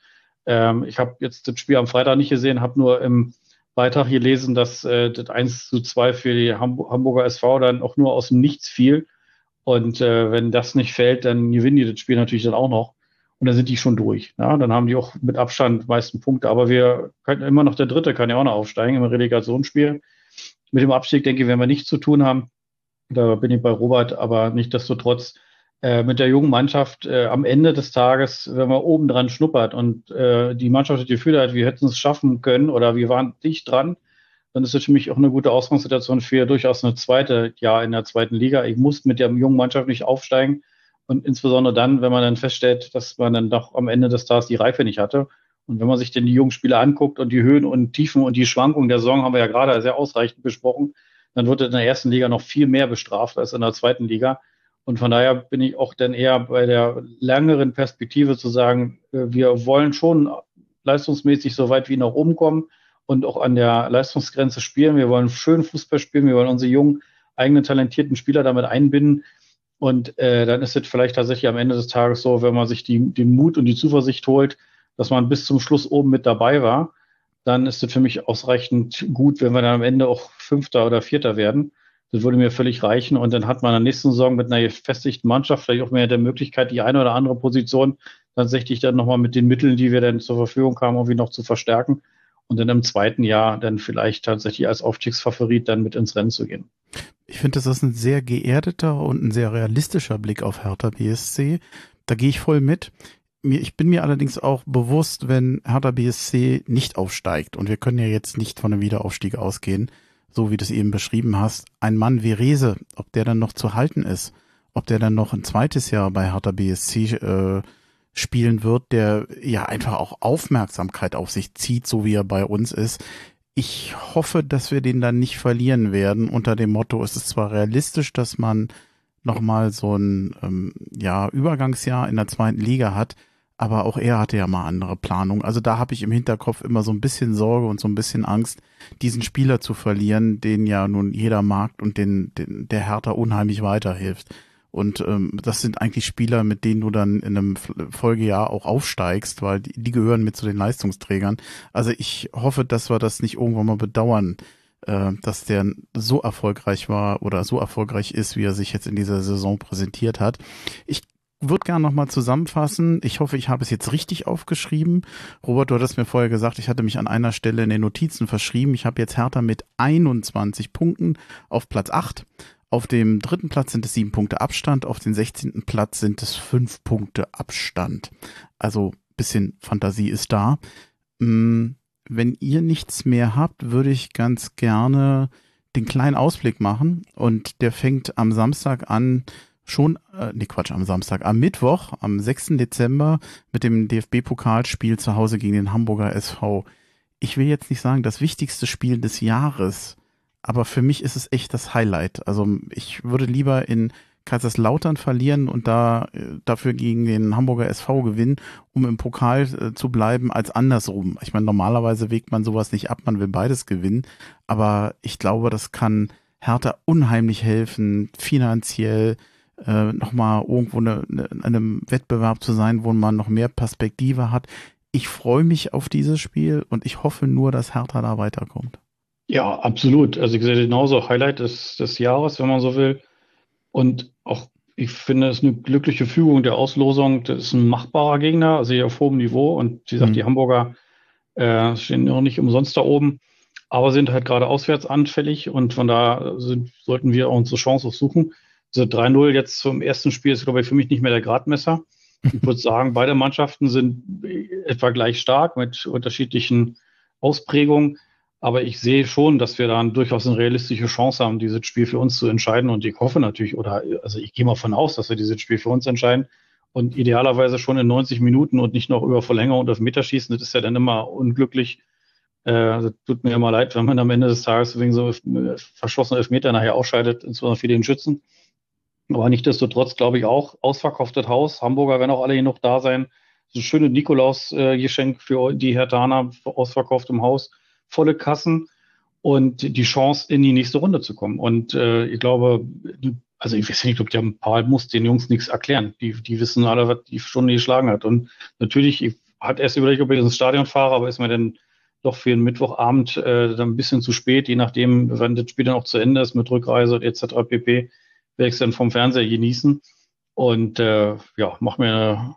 Speaker 6: Ähm, ich habe jetzt das Spiel am Freitag nicht gesehen, habe nur im Beitrag gelesen, dass äh, das eins zu zwei für die Hamb- Hamburger S V dann auch nur aus dem Nichts fiel. Und äh, wenn das nicht fällt, dann gewinnen die das Spiel natürlich dann auch noch. Und dann sind die schon durch. Ja? Dann haben die auch mit Abstand die meisten Punkte. Aber wir können immer noch, der Dritte kann ja auch noch aufsteigen im Relegationsspiel. Mit dem Abstieg, denke ich, werden wir nichts zu tun haben. Da bin ich bei Robert, aber nichtsdestotrotz äh, mit der jungen Mannschaft äh, am Ende des Tages, wenn man oben dran schnuppert und äh, die Mannschaft das Gefühl hat, wir hätten es schaffen können oder wir waren dicht dran, dann ist das für mich auch eine gute Ausgangssituation für durchaus eine zweite Jahr in der zweiten Liga. Ich muss mit der jungen Mannschaft nicht aufsteigen und insbesondere dann, wenn man dann feststellt, dass man dann doch am Ende des Tages die Reife nicht hatte. Und wenn man sich denn die jungen Spieler anguckt und die Höhen und Tiefen und die Schwankungen der Saison haben wir ja gerade sehr ausreichend besprochen, dann wird es in der ersten Liga noch viel mehr bestraft als in der zweiten Liga. Und von daher bin ich auch dann eher bei der längeren Perspektive zu sagen, wir wollen schon leistungsmäßig so weit wie nach oben kommen und auch an der Leistungsgrenze spielen. Wir wollen schön Fußball spielen, wir wollen unsere jungen, eigenen, talentierten Spieler damit einbinden. Und äh, dann ist es vielleicht tatsächlich am Ende des Tages so, wenn man sich die, den Mut und die Zuversicht holt, dass man bis zum Schluss oben mit dabei war, dann ist es für mich ausreichend gut, wenn wir dann am Ende auch Fünfter oder Vierter werden. Das würde mir völlig reichen. Und dann hat man in der nächsten Saison mit einer gefestigten Mannschaft vielleicht auch mehr der Möglichkeit, die eine oder andere Position tatsächlich dann nochmal mit den Mitteln, die wir dann zur Verfügung haben, irgendwie noch zu verstärken. Und dann im zweiten Jahr dann vielleicht tatsächlich als Aufstiegsfavorit dann mit ins Rennen zu gehen.
Speaker 4: Ich finde, das ist ein sehr geerdeter und ein sehr realistischer Blick auf Hertha B S C. Da gehe ich voll mit. Ich bin mir allerdings auch bewusst, wenn Hertha B S C nicht aufsteigt, und wir können ja jetzt nicht von einem Wiederaufstieg ausgehen, so wie du es eben beschrieben hast, ein Mann wie Rehse, ob der dann noch zu halten ist, ob der dann noch ein zweites Jahr bei Hertha B S C äh, spielen wird, der ja einfach auch Aufmerksamkeit auf sich zieht, so wie er bei uns ist. Ich hoffe, dass wir den dann nicht verlieren werden unter dem Motto, es ist zwar realistisch, dass man nochmal so ein ähm, ja, Übergangsjahr in der zweiten Liga hat, aber auch er hatte ja mal andere Planung. Also da habe ich im Hinterkopf immer so ein bisschen Sorge und so ein bisschen Angst, diesen Spieler zu verlieren, den ja nun jeder mag und den, den der Hertha unheimlich weiterhilft. Und ähm, das sind eigentlich Spieler, mit denen du dann in einem Folgejahr auch aufsteigst, weil die, die gehören mit zu den Leistungsträgern. Also ich hoffe, dass wir das nicht irgendwann mal bedauern, äh, dass der so erfolgreich war oder so erfolgreich ist, wie er sich jetzt in dieser Saison präsentiert hat. Ich würde gerne nochmal zusammenfassen. Ich hoffe, ich habe es jetzt richtig aufgeschrieben. Robert, du hattest mir vorher gesagt, ich hatte mich an einer Stelle in den Notizen verschrieben. Ich habe jetzt Hertha mit einundzwanzig Punkten auf Platz acht. Auf dem dritten Platz sind es sieben Punkte Abstand. Auf dem sechzehnten Platz sind es fünf Punkte Abstand. Also bisschen Fantasie ist da. Wenn ihr nichts mehr habt, würde ich ganz gerne den kleinen Ausblick machen. Und der fängt am Samstag an, schon, äh, nee Quatsch, am Samstag, am Mittwoch, am sechsten Dezember mit dem D F B-Pokalspiel zu Hause gegen den Hamburger S V. Ich will jetzt nicht sagen, das wichtigste Spiel des Jahres, aber für mich ist es echt das Highlight. Also ich würde lieber in Kaiserslautern verlieren und da äh, dafür gegen den Hamburger S V gewinnen, um im Pokal äh, zu bleiben, als andersrum. Ich meine, normalerweise wägt man sowas nicht ab, man will beides gewinnen, aber ich glaube, das kann Hertha unheimlich helfen, finanziell, äh, nochmal irgendwo eine, eine, in einem Wettbewerb zu sein, wo man noch mehr Perspektive hat. Ich freue mich auf dieses Spiel und ich hoffe nur, dass Hertha da weiterkommt.
Speaker 6: Ja, absolut. Also ich sehe genauso Highlight des, des Jahres, wenn man so will. Und auch, ich finde, es ist eine glückliche Fügung der Auslosung. Das ist ein machbarer Gegner, also hier auf hohem Niveau. Und wie gesagt, mhm. die Hamburger äh, stehen noch nicht umsonst da oben, aber sind halt gerade auswärts anfällig. Und von da sind, sollten wir auch unsere Chance auch suchen. Also drei null jetzt zum ersten Spiel ist, glaube ich, für mich nicht mehr der Gradmesser. Ich würde sagen, beide Mannschaften sind etwa gleich stark mit unterschiedlichen Ausprägungen. Aber ich sehe schon, dass wir dann durchaus eine realistische Chance haben, dieses Spiel für uns zu entscheiden. Und ich hoffe natürlich, oder also ich gehe mal von aus, dass wir dieses Spiel für uns entscheiden. Und idealerweise schon in neunzig Minuten und nicht noch über Verlängerung und auf Meter schießen. Das ist ja dann immer unglücklich. Äh, also tut mir immer leid, wenn man am Ende des Tages wegen so verschossenen Elfmeter nachher ausscheidet, insbesondere für den Schützen. Aber nichtsdestotrotz glaube ich auch, ausverkauftes Haus. Hamburger werden auch alle hier noch da sein. So ein schönes Nikolaus-Geschenk für die Herthaner, ausverkauft im Haus. Volle Kassen und die Chance, in die nächste Runde zu kommen. Und äh, ich glaube, die, also ich weiß nicht, ich glaube, der Paul muss den Jungs nichts erklären. Die, die wissen alle, was die Stunde geschlagen hat. Und natürlich, ich hat erst überlegt, ob ich ins Stadion fahre, aber ist mir dann doch für einen Mittwochabend äh, dann ein bisschen zu spät, je nachdem, wann das Spiel dann auch zu Ende ist mit Rückreise et cetera pp. Werde ich es dann vom Fernseher genießen und äh, ja, mach mir eine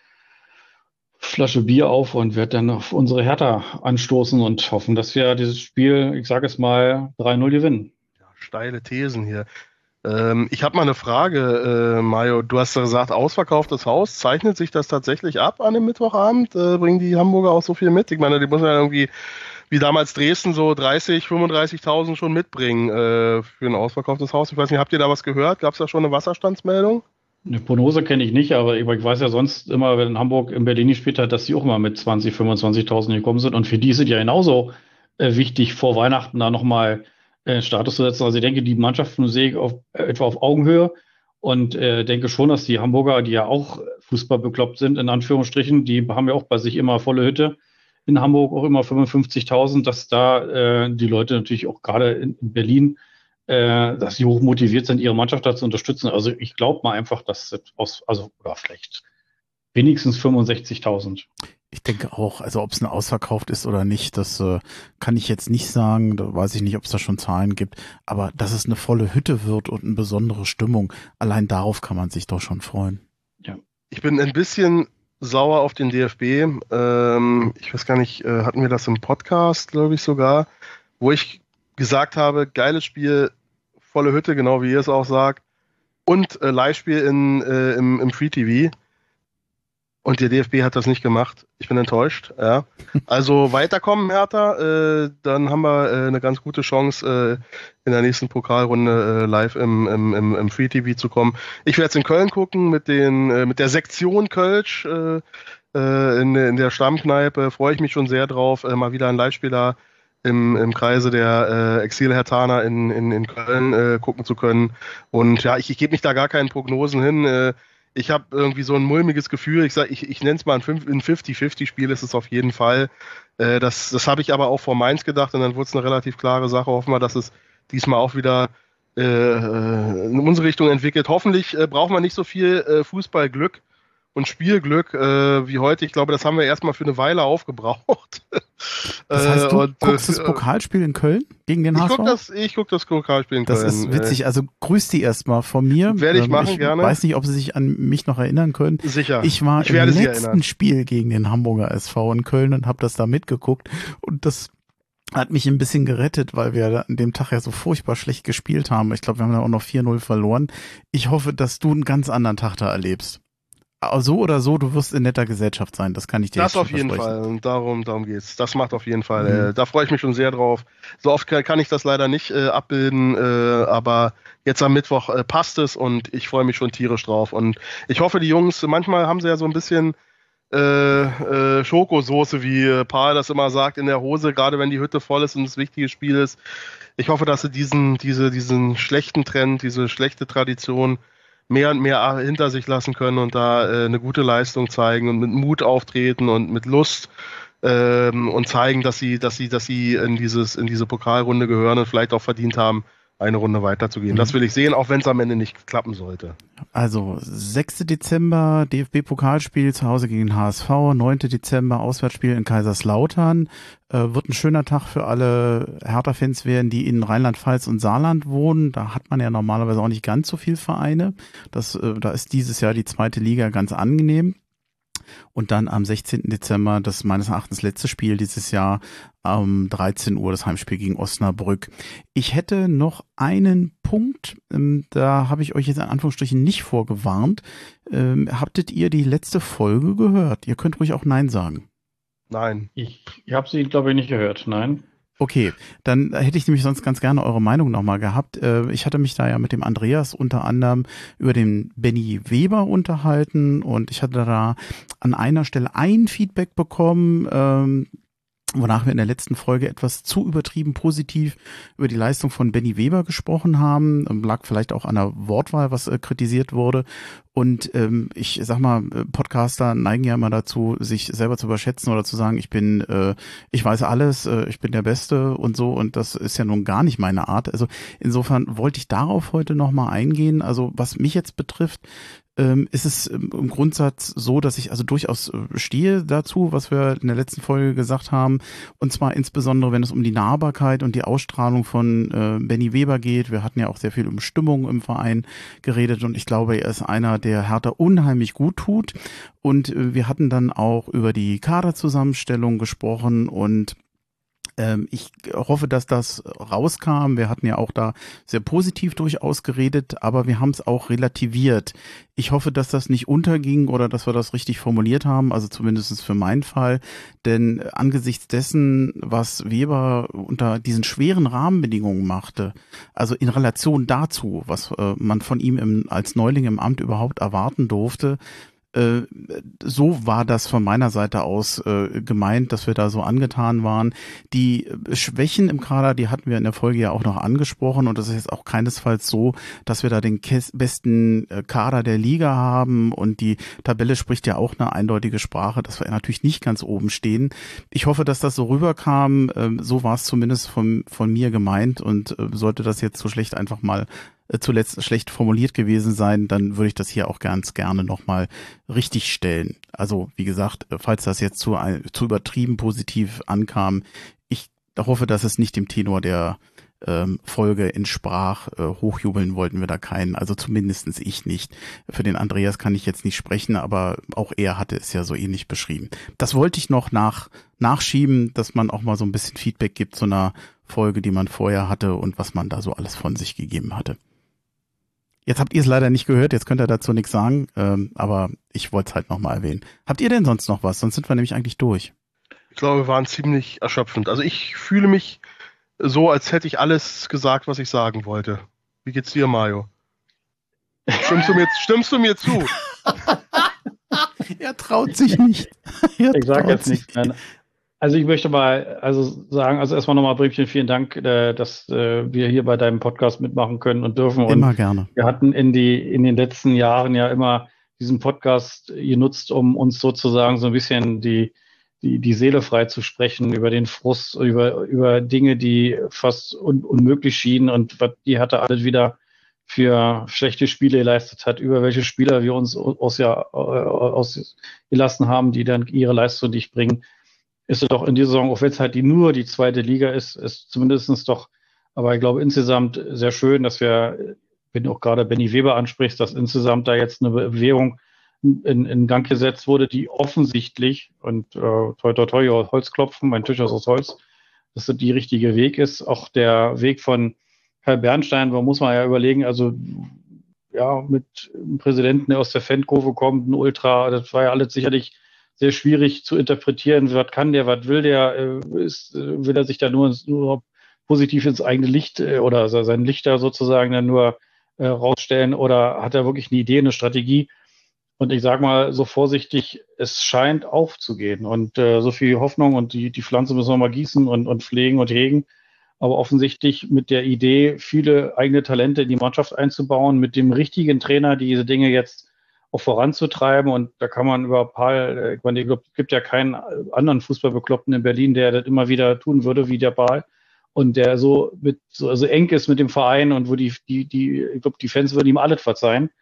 Speaker 6: Flasche Bier auf und werde dann auf unsere Hertha anstoßen und hoffen, dass wir dieses Spiel, ich sage es mal, drei null gewinnen.
Speaker 5: Ja, steile Thesen hier. Ähm, ich habe mal eine Frage, äh, Mario. Du hast ja gesagt, ausverkauftes Haus. Zeichnet sich das tatsächlich ab an dem Mittwochabend? Äh, bringen die Hamburger auch so viel mit? Ich meine, die müssen ja irgendwie, wie damals Dresden, so dreißig, fünfunddreißigtausend schon mitbringen äh, für ein ausverkauftes Haus. Ich weiß nicht, habt ihr da was gehört? Gab es da schon eine Wasserstandsmeldung?
Speaker 6: Eine Prognose kenne ich nicht, aber ich weiß ja sonst immer, wenn Hamburg in Berlin gespielt hat, dass sie auch immer mit zwanzig, fünfundzwanzigtausend gekommen sind. Und für die ist es ja genauso äh, wichtig, vor Weihnachten da nochmal äh, Status zu setzen. Also ich denke, die Mannschaften sehe ich auf, äh, etwa auf Augenhöhe und äh, denke schon, dass die Hamburger, die ja auch Fußball bekloppt sind, in Anführungsstrichen, die haben ja auch bei sich immer volle Hütte. In Hamburg auch immer fünfundfünfzigtausend, dass da äh, die Leute natürlich auch gerade in, in Berlin äh, dass sie hoch motiviert sind, ihre Mannschaft da zu unterstützen. Also ich glaube mal einfach, dass das aus, also ja, vielleicht wenigstens fünfundsechzigtausend.
Speaker 4: Ich denke auch, also ob es eine ausverkauft ist oder nicht, das äh, kann ich jetzt nicht sagen. Da weiß ich nicht, ob es da schon Zahlen gibt. Aber dass es eine volle Hütte wird und eine besondere Stimmung, allein darauf kann man sich doch schon freuen.
Speaker 6: Ja.
Speaker 5: Ich bin ein bisschen sauer auf den D F B. Ähm, ich weiß gar nicht, äh, hatten wir das im Podcast, glaube ich sogar, wo ich gesagt habe, geiles Spiel, volle Hütte, genau wie ihr es auch sagt, und äh, Live-Spiel in, äh, im, im Free-T V. Und der D F B hat das nicht gemacht. Ich bin enttäuscht. Ja. Also weiterkommen, Hertha. Äh, dann haben wir äh, eine ganz gute Chance, äh, in der nächsten Pokalrunde äh, live im, im, im, im Free-T V zu kommen. Ich werde jetzt in Köln gucken mit, den, äh, mit der Sektion Kölsch äh, äh, in, in der Stammkneipe. Freue ich mich schon sehr drauf, äh, mal wieder ein Live-Spiel da im, im Kreise der äh, Exil-Hertaner in, in, in Köln äh, gucken zu können. Und ja, ich, ich gebe mich da gar keinen Prognosen hin. Äh, ich habe irgendwie so ein mulmiges Gefühl. Ich sag, ich, ich nenne es mal ein fünfzig fünfzig Spiel, ist es auf jeden Fall. Äh, das das habe ich aber auch vor Mainz gedacht und dann wurde es eine relativ klare Sache. Hoffen wir, dass es diesmal auch wieder äh, in unsere Richtung entwickelt. Hoffentlich äh, brauchen wir nicht so viel äh, Fußballglück und Spielglück äh, wie heute. Ich glaube, das haben wir erstmal für eine Weile aufgebraucht.
Speaker 4: Das heißt, du
Speaker 5: und,
Speaker 4: guckst
Speaker 5: äh,
Speaker 4: das Pokalspiel in Köln gegen den
Speaker 5: ich
Speaker 4: H S V?
Speaker 5: guck das, ich gucke das Pokalspiel in
Speaker 4: Das
Speaker 5: Köln.
Speaker 4: ist witzig. Also grüß die erstmal von mir.
Speaker 5: Werde ich
Speaker 4: Ähm,
Speaker 5: machen,
Speaker 4: ich
Speaker 5: gerne.
Speaker 4: weiß nicht, ob Sie sich an mich noch erinnern können.
Speaker 5: Sicher.
Speaker 4: Ich war
Speaker 5: Ich werde
Speaker 4: im
Speaker 5: Sie
Speaker 4: letzten
Speaker 5: erinnern.
Speaker 4: Spiel gegen den Hamburger S V in Köln und habe das da mitgeguckt. Und das hat mich ein bisschen gerettet, weil wir an dem Tag ja so furchtbar schlecht gespielt haben. Ich glaube, wir haben da auch noch vier null verloren. Ich hoffe, dass du einen ganz anderen Tag da erlebst. Aber so oder so, du wirst in netter Gesellschaft sein, das kann ich dir
Speaker 5: Das
Speaker 4: jetzt schon
Speaker 5: auf jeden
Speaker 4: versprechen.
Speaker 5: Fall. Und darum, darum geht's. Das macht auf jeden Fall.
Speaker 4: Mhm.
Speaker 5: Äh, da freue ich mich schon sehr drauf. So oft kann, kann ich das leider nicht äh, abbilden, äh, aber jetzt am Mittwoch äh, passt es und ich freue mich schon tierisch drauf. Und ich hoffe, die Jungs, manchmal haben sie ja so ein bisschen äh, äh, Schokosoße, wie äh, Paul das immer sagt, in der Hose, gerade wenn die Hütte voll ist und das wichtige Spiel ist. Ich hoffe, dass sie diesen, diese, diesen schlechten Trend, diese schlechte Tradition mehr und mehr hinter sich lassen können und da äh, eine gute Leistung zeigen und mit Mut auftreten und mit Lust ähm, und zeigen, dass sie, dass sie, dass sie in dieses, in diese Pokalrunde gehören und vielleicht auch verdient haben, eine Runde weiterzugehen. Mhm. Das will ich sehen, auch wenn es am Ende nicht klappen sollte.
Speaker 4: Also sechster Dezember D F B-Pokalspiel zu Hause gegen den H S V, neunter Dezember Auswärtsspiel in Kaiserslautern. Äh, wird ein schöner Tag für alle Hertha-Fans werden, die in Rheinland-Pfalz und Saarland wohnen. Da hat man ja normalerweise auch nicht ganz so viele Vereine. Das, äh, da ist dieses Jahr die zweite Liga ganz angenehm. Und dann am sechzehnten Dezember das meines Erachtens letzte Spiel dieses Jahr um dreizehn Uhr, das Heimspiel gegen Osnabrück. Ich hätte noch einen Punkt, ähm, da habe ich euch jetzt in Anführungsstrichen nicht vorgewarnt. Ähm, habtet ihr die letzte Folge gehört? Ihr könnt ruhig auch Nein sagen.
Speaker 5: Nein.
Speaker 6: Ich, ich habe sie, glaube ich, nicht gehört, nein.
Speaker 4: Okay, dann hätte ich nämlich sonst ganz gerne eure Meinung nochmal gehabt. Ich hatte mich da ja mit dem Andreas unter anderem über den Benny Weber unterhalten und ich hatte da an einer Stelle ein Feedback bekommen, ähm, wonach wir in der letzten Folge etwas zu übertrieben positiv über die Leistung von Benny Weber gesprochen haben. Lag vielleicht auch an der Wortwahl, was äh, kritisiert wurde. Und ähm, ich sag mal, Podcaster neigen ja immer dazu, sich selber zu überschätzen oder zu sagen, ich bin, äh, ich weiß alles, äh, ich bin der Beste und so. Und das ist ja nun gar nicht meine Art. Also insofern wollte ich darauf heute nochmal eingehen. Also was mich jetzt betrifft, ähm, ist es im Grundsatz so, dass ich also durchaus stehe dazu, was wir in der letzten Folge gesagt haben. Und zwar insbesondere, wenn es um die Nahbarkeit und die Ausstrahlung von äh, Benny Weber geht. Wir hatten ja auch sehr viel um Stimmung im Verein geredet und ich glaube, er ist einer, der Hertha unheimlich gut tut. Und äh, wir hatten dann auch über die Kaderzusammenstellung gesprochen und ich hoffe, dass das rauskam. Wir hatten ja auch da sehr positiv durchaus geredet, aber wir haben es auch relativiert. Ich hoffe, dass das nicht unterging oder dass wir das richtig formuliert haben, also zumindest für meinen Fall. Denn angesichts dessen, was Weber unter diesen schweren Rahmenbedingungen machte, also in Relation dazu, was äh, man von ihm im, als Neuling im Amt überhaupt erwarten durfte, Äh, so war das von meiner Seite aus äh, gemeint, dass wir da so angetan waren. Die Schwächen im Kader, die hatten wir in der Folge ja auch noch angesprochen und das ist jetzt auch keinesfalls so, dass wir da den kes- besten äh, Kader der Liga haben und die Tabelle spricht ja auch eine eindeutige Sprache, dass wir natürlich nicht ganz oben stehen. Ich hoffe, dass das so rüberkam, äh, so war es zumindest von, von mir gemeint und äh, sollte das jetzt so schlecht einfach mal zuletzt schlecht formuliert gewesen sein, dann würde ich das hier auch ganz gerne nochmal richtig stellen. Also wie gesagt, falls das jetzt zu, zu übertrieben positiv ankam, ich hoffe, dass es nicht dem Tenor der ähm, Folge entsprach. Äh, hochjubeln wollten wir da keinen, also zumindestens ich nicht. Für den Andreas kann ich jetzt nicht sprechen, aber auch er hatte es ja so ähnlich beschrieben. Das wollte ich noch nach, nachschieben, dass man auch mal so ein bisschen Feedback gibt zu einer Folge, die man vorher hatte und was man da so alles von sich gegeben hatte. Jetzt habt ihr es leider nicht gehört, jetzt könnt ihr dazu nichts sagen, ähm, aber ich wollte es halt nochmal erwähnen. Habt ihr denn sonst noch was? Sonst sind wir nämlich eigentlich durch.
Speaker 5: Ich glaube, wir waren ziemlich erschöpfend. Also ich fühle mich so, als hätte ich alles gesagt, was ich sagen wollte. Wie geht's dir, Mario? Stimmst du mir, stimmst du mir zu?
Speaker 4: Er traut sich nicht. Er
Speaker 6: ich sage jetzt
Speaker 4: sich.
Speaker 6: nichts mehr. Also ich möchte mal also sagen, also erstmal nochmal, Bremchen, vielen Dank, äh, dass äh, wir hier bei deinem Podcast mitmachen können und dürfen. Und
Speaker 4: immer gerne.
Speaker 6: Wir hatten in die in den letzten Jahren ja immer diesen Podcast genutzt, um uns sozusagen so ein bisschen die die die Seele frei zu sprechen über den Frust, über über Dinge, die fast un, unmöglich schienen und was die hatte alles wieder für schlechte Spiele geleistet hat, über welche Spieler wir uns aus ja ausgelassen haben, die dann ihre Leistung nicht bringen. Ist es doch in dieser Saison, auch wenn es halt die, nur die zweite Liga ist, ist zumindestens doch, aber ich glaube insgesamt sehr schön, dass wir, wenn du auch gerade Benny Weber ansprichst, dass insgesamt da jetzt eine Bewegung in, in Gang gesetzt wurde, die offensichtlich, und äh, toi toi toi, Holz klopfen, mein Tisch ist aus Holz, dass das die richtige Weg ist. Auch der Weg von Karl Bernstein, da muss man ja überlegen, also ja, mit einem Präsidenten, der aus der Fankurve kommt, ein Ultra, das war ja alles sicherlich sehr schwierig zu interpretieren, was kann der, was will der, ist, will er sich da nur, nur positiv ins eigene Licht äh, oder sein Licht da sozusagen dann nur äh, rausstellen oder hat er wirklich eine Idee, eine Strategie? Und ich sage mal so vorsichtig, es scheint aufzugehen und äh, so viel Hoffnung und die, die Pflanze müssen wir mal gießen und, und pflegen und hegen, aber offensichtlich mit der Idee, viele eigene Talente in die Mannschaft einzubauen, mit dem richtigen Trainer diese Dinge jetzt auch voranzutreiben und da kann man über ein paar, ich meine, es gibt ja keinen anderen Fußballbekloppten in Berlin, der das immer wieder tun würde wie der Paul und der so mit so also eng ist mit dem Verein und wo die die die ich glaube die Fans würden ihm alles verzeihen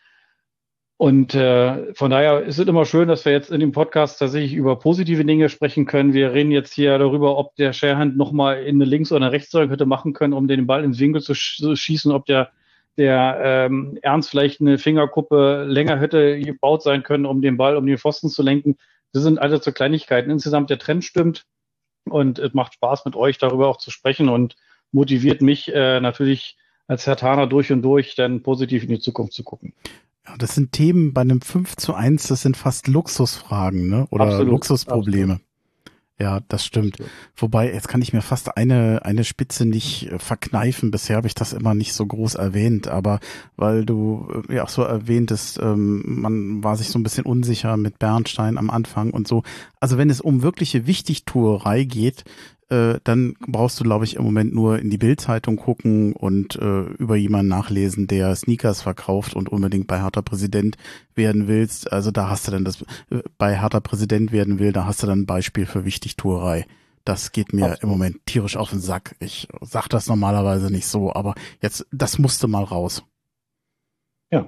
Speaker 6: und äh, von daher ist es immer schön, dass wir jetzt in dem Podcast tatsächlich über positive Dinge sprechen können. Wir reden jetzt hier darüber, ob der Scherhand nochmal in eine Links- oder eine Rechtsseite hätte machen können, um den Ball ins Winkel zu, sch- zu schießen, ob der der ähm, Ernst vielleicht eine Fingerkuppe länger hätte gebaut sein können, um den Ball um den Pfosten zu lenken. Das sind alles so Kleinigkeiten. Insgesamt der Trend stimmt und es macht Spaß mit euch darüber auch zu sprechen und motiviert mich äh, natürlich als Herthaner durch und durch dann positiv in die Zukunft zu gucken.
Speaker 4: Ja, das sind Themen bei einem fünf zu eins, das sind fast Luxusfragen, ne? Oder Absolut. Luxusprobleme. Absolut. Ja, das stimmt. Wobei, jetzt kann ich mir fast eine eine Spitze nicht verkneifen. Bisher habe ich das immer nicht so groß erwähnt, aber weil du ja auch so erwähntest, ähm, man war sich so ein bisschen unsicher mit Bernstein am Anfang und so. Also wenn es um wirkliche Wichtigtuerei geht, äh, dann brauchst du, glaube ich, im Moment nur in die Bild-Zeitung gucken und äh, über jemanden nachlesen, der Sneakers verkauft und unbedingt bei Hertha Präsident werden willst. Also da hast du dann das, äh, bei Hertha Präsident werden will, da hast du dann ein Beispiel für Wichtigtuerei. Das geht mir Absolut. Im Moment tierisch auf den Sack. Ich sag das normalerweise nicht so, aber jetzt, das musste mal raus.
Speaker 6: Ja.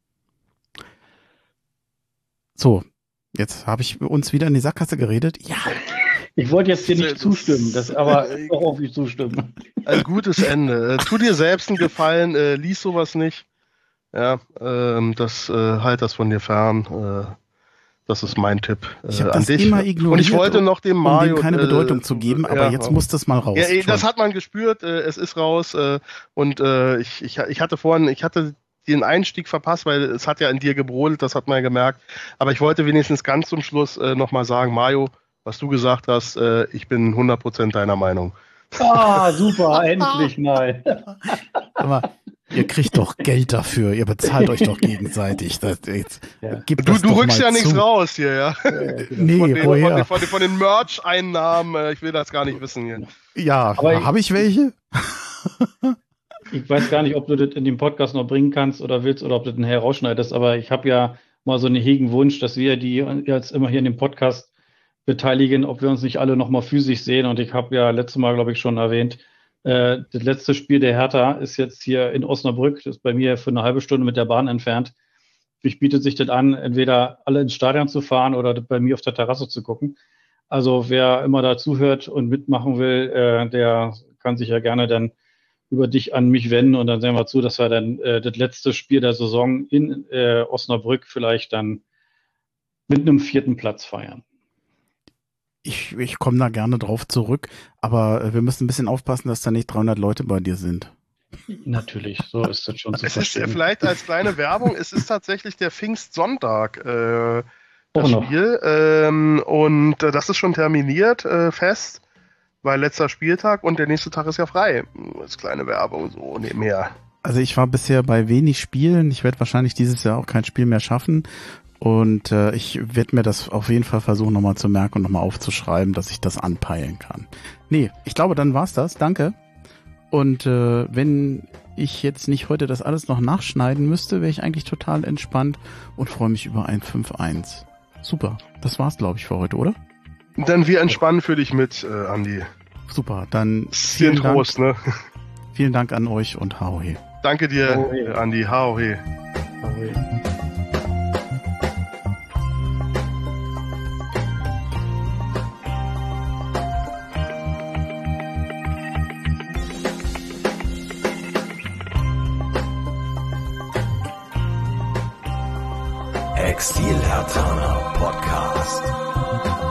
Speaker 4: So, jetzt habe ich uns wieder in die Sackgasse geredet. Ja.
Speaker 6: Ich wollte jetzt hier nicht zustimmen, das aber doch auch nicht zustimmen.
Speaker 5: Ein gutes Ende. Tu dir selbst einen Gefallen, äh, lies sowas nicht. Ja, ähm, das äh, halt das von dir fern. Äh, Das ist mein Tipp äh,
Speaker 4: ich hab
Speaker 5: an
Speaker 4: das
Speaker 5: dich.
Speaker 4: Immer ignoriert,
Speaker 5: und ich wollte noch dem Mario...
Speaker 4: Um dem keine
Speaker 5: äh,
Speaker 4: Bedeutung zu geben, aber
Speaker 5: ja,
Speaker 4: jetzt muss das mal raus.
Speaker 5: Ja, ey, das hat man gespürt, äh, es ist raus äh, und äh, ich, ich, ich hatte vorhin, ich hatte den Einstieg verpasst, weil es hat ja in dir gebrodelt, das hat man ja gemerkt, aber ich wollte wenigstens ganz zum Schluss äh, nochmal sagen, Mario, was du gesagt hast, äh, ich bin hundert Prozent deiner Meinung.
Speaker 6: Ah, super, endlich mal.
Speaker 4: Aber ihr kriegt doch Geld dafür, ihr bezahlt euch doch gegenseitig. Das, jetzt,
Speaker 5: ja. Du, du rückst ja nichts raus hier, ja?
Speaker 4: ja genau. Nee,
Speaker 5: von, den,
Speaker 4: woher?
Speaker 5: Von, den, von, den, von den Merch-Einnahmen, äh, ich will das gar nicht wissen hier.
Speaker 4: Ja, habe ich welche?
Speaker 6: Ich weiß gar nicht, ob du das in dem Podcast noch bringen kannst oder willst oder ob du den herausschneidest, aber ich habe ja mal so einen hegen Wunsch, dass wir, die jetzt immer hier in dem Podcast beteiligen, ob wir uns nicht alle nochmal physisch sehen. Und ich habe ja letztes Mal, glaube ich, schon erwähnt, äh, das letzte Spiel der Hertha ist jetzt hier in Osnabrück, das ist bei mir für eine halbe Stunde mit der Bahn entfernt. Mich bietet sich das an, entweder alle ins Stadion zu fahren oder bei mir auf der Terrasse zu gucken. Also wer immer da zuhört und mitmachen will, äh, der kann sich ja gerne dann über dich an mich wenden und dann sehen wir zu, dass wir dann äh, das letzte Spiel der Saison in äh, Osnabrück vielleicht dann mit einem vierten Platz feiern.
Speaker 4: Ich, ich komme da gerne drauf zurück, aber wir müssen ein bisschen aufpassen, dass da nicht dreihundert Leute bei dir sind.
Speaker 6: Natürlich, so ist das schon zu
Speaker 5: es
Speaker 6: verstehen.
Speaker 5: Ist vielleicht als kleine Werbung, es ist tatsächlich der Pfingstsonntag, äh, das oh Spiel. Ähm, und äh, das ist schon terminiert, äh, fest, weil letzter Spieltag und der nächste Tag ist ja frei. Als kleine Werbung, so nebenher.
Speaker 4: Also ich war bisher bei wenig Spielen. Ich werde wahrscheinlich dieses Jahr auch kein Spiel mehr schaffen. Und äh, ich werde mir das auf jeden Fall versuchen, nochmal zu merken und nochmal aufzuschreiben, dass ich das anpeilen kann. Nee, ich glaube, dann war's das. Danke. Und äh, wenn ich jetzt nicht heute das alles noch nachschneiden müsste, wäre ich eigentlich total entspannt und freue mich über ein fünf eins. Super, das war's, glaube ich, für heute, oder?
Speaker 5: Dann wir entspannen für dich mit, äh, Andi.
Speaker 4: Super, dann
Speaker 5: vielen Dank. Trost, ne?
Speaker 4: Vielen Dank an euch und hau he.
Speaker 5: Danke dir, Ahohe. Andi. Hau he. Hau he.
Speaker 3: Exil Hertha Podcast.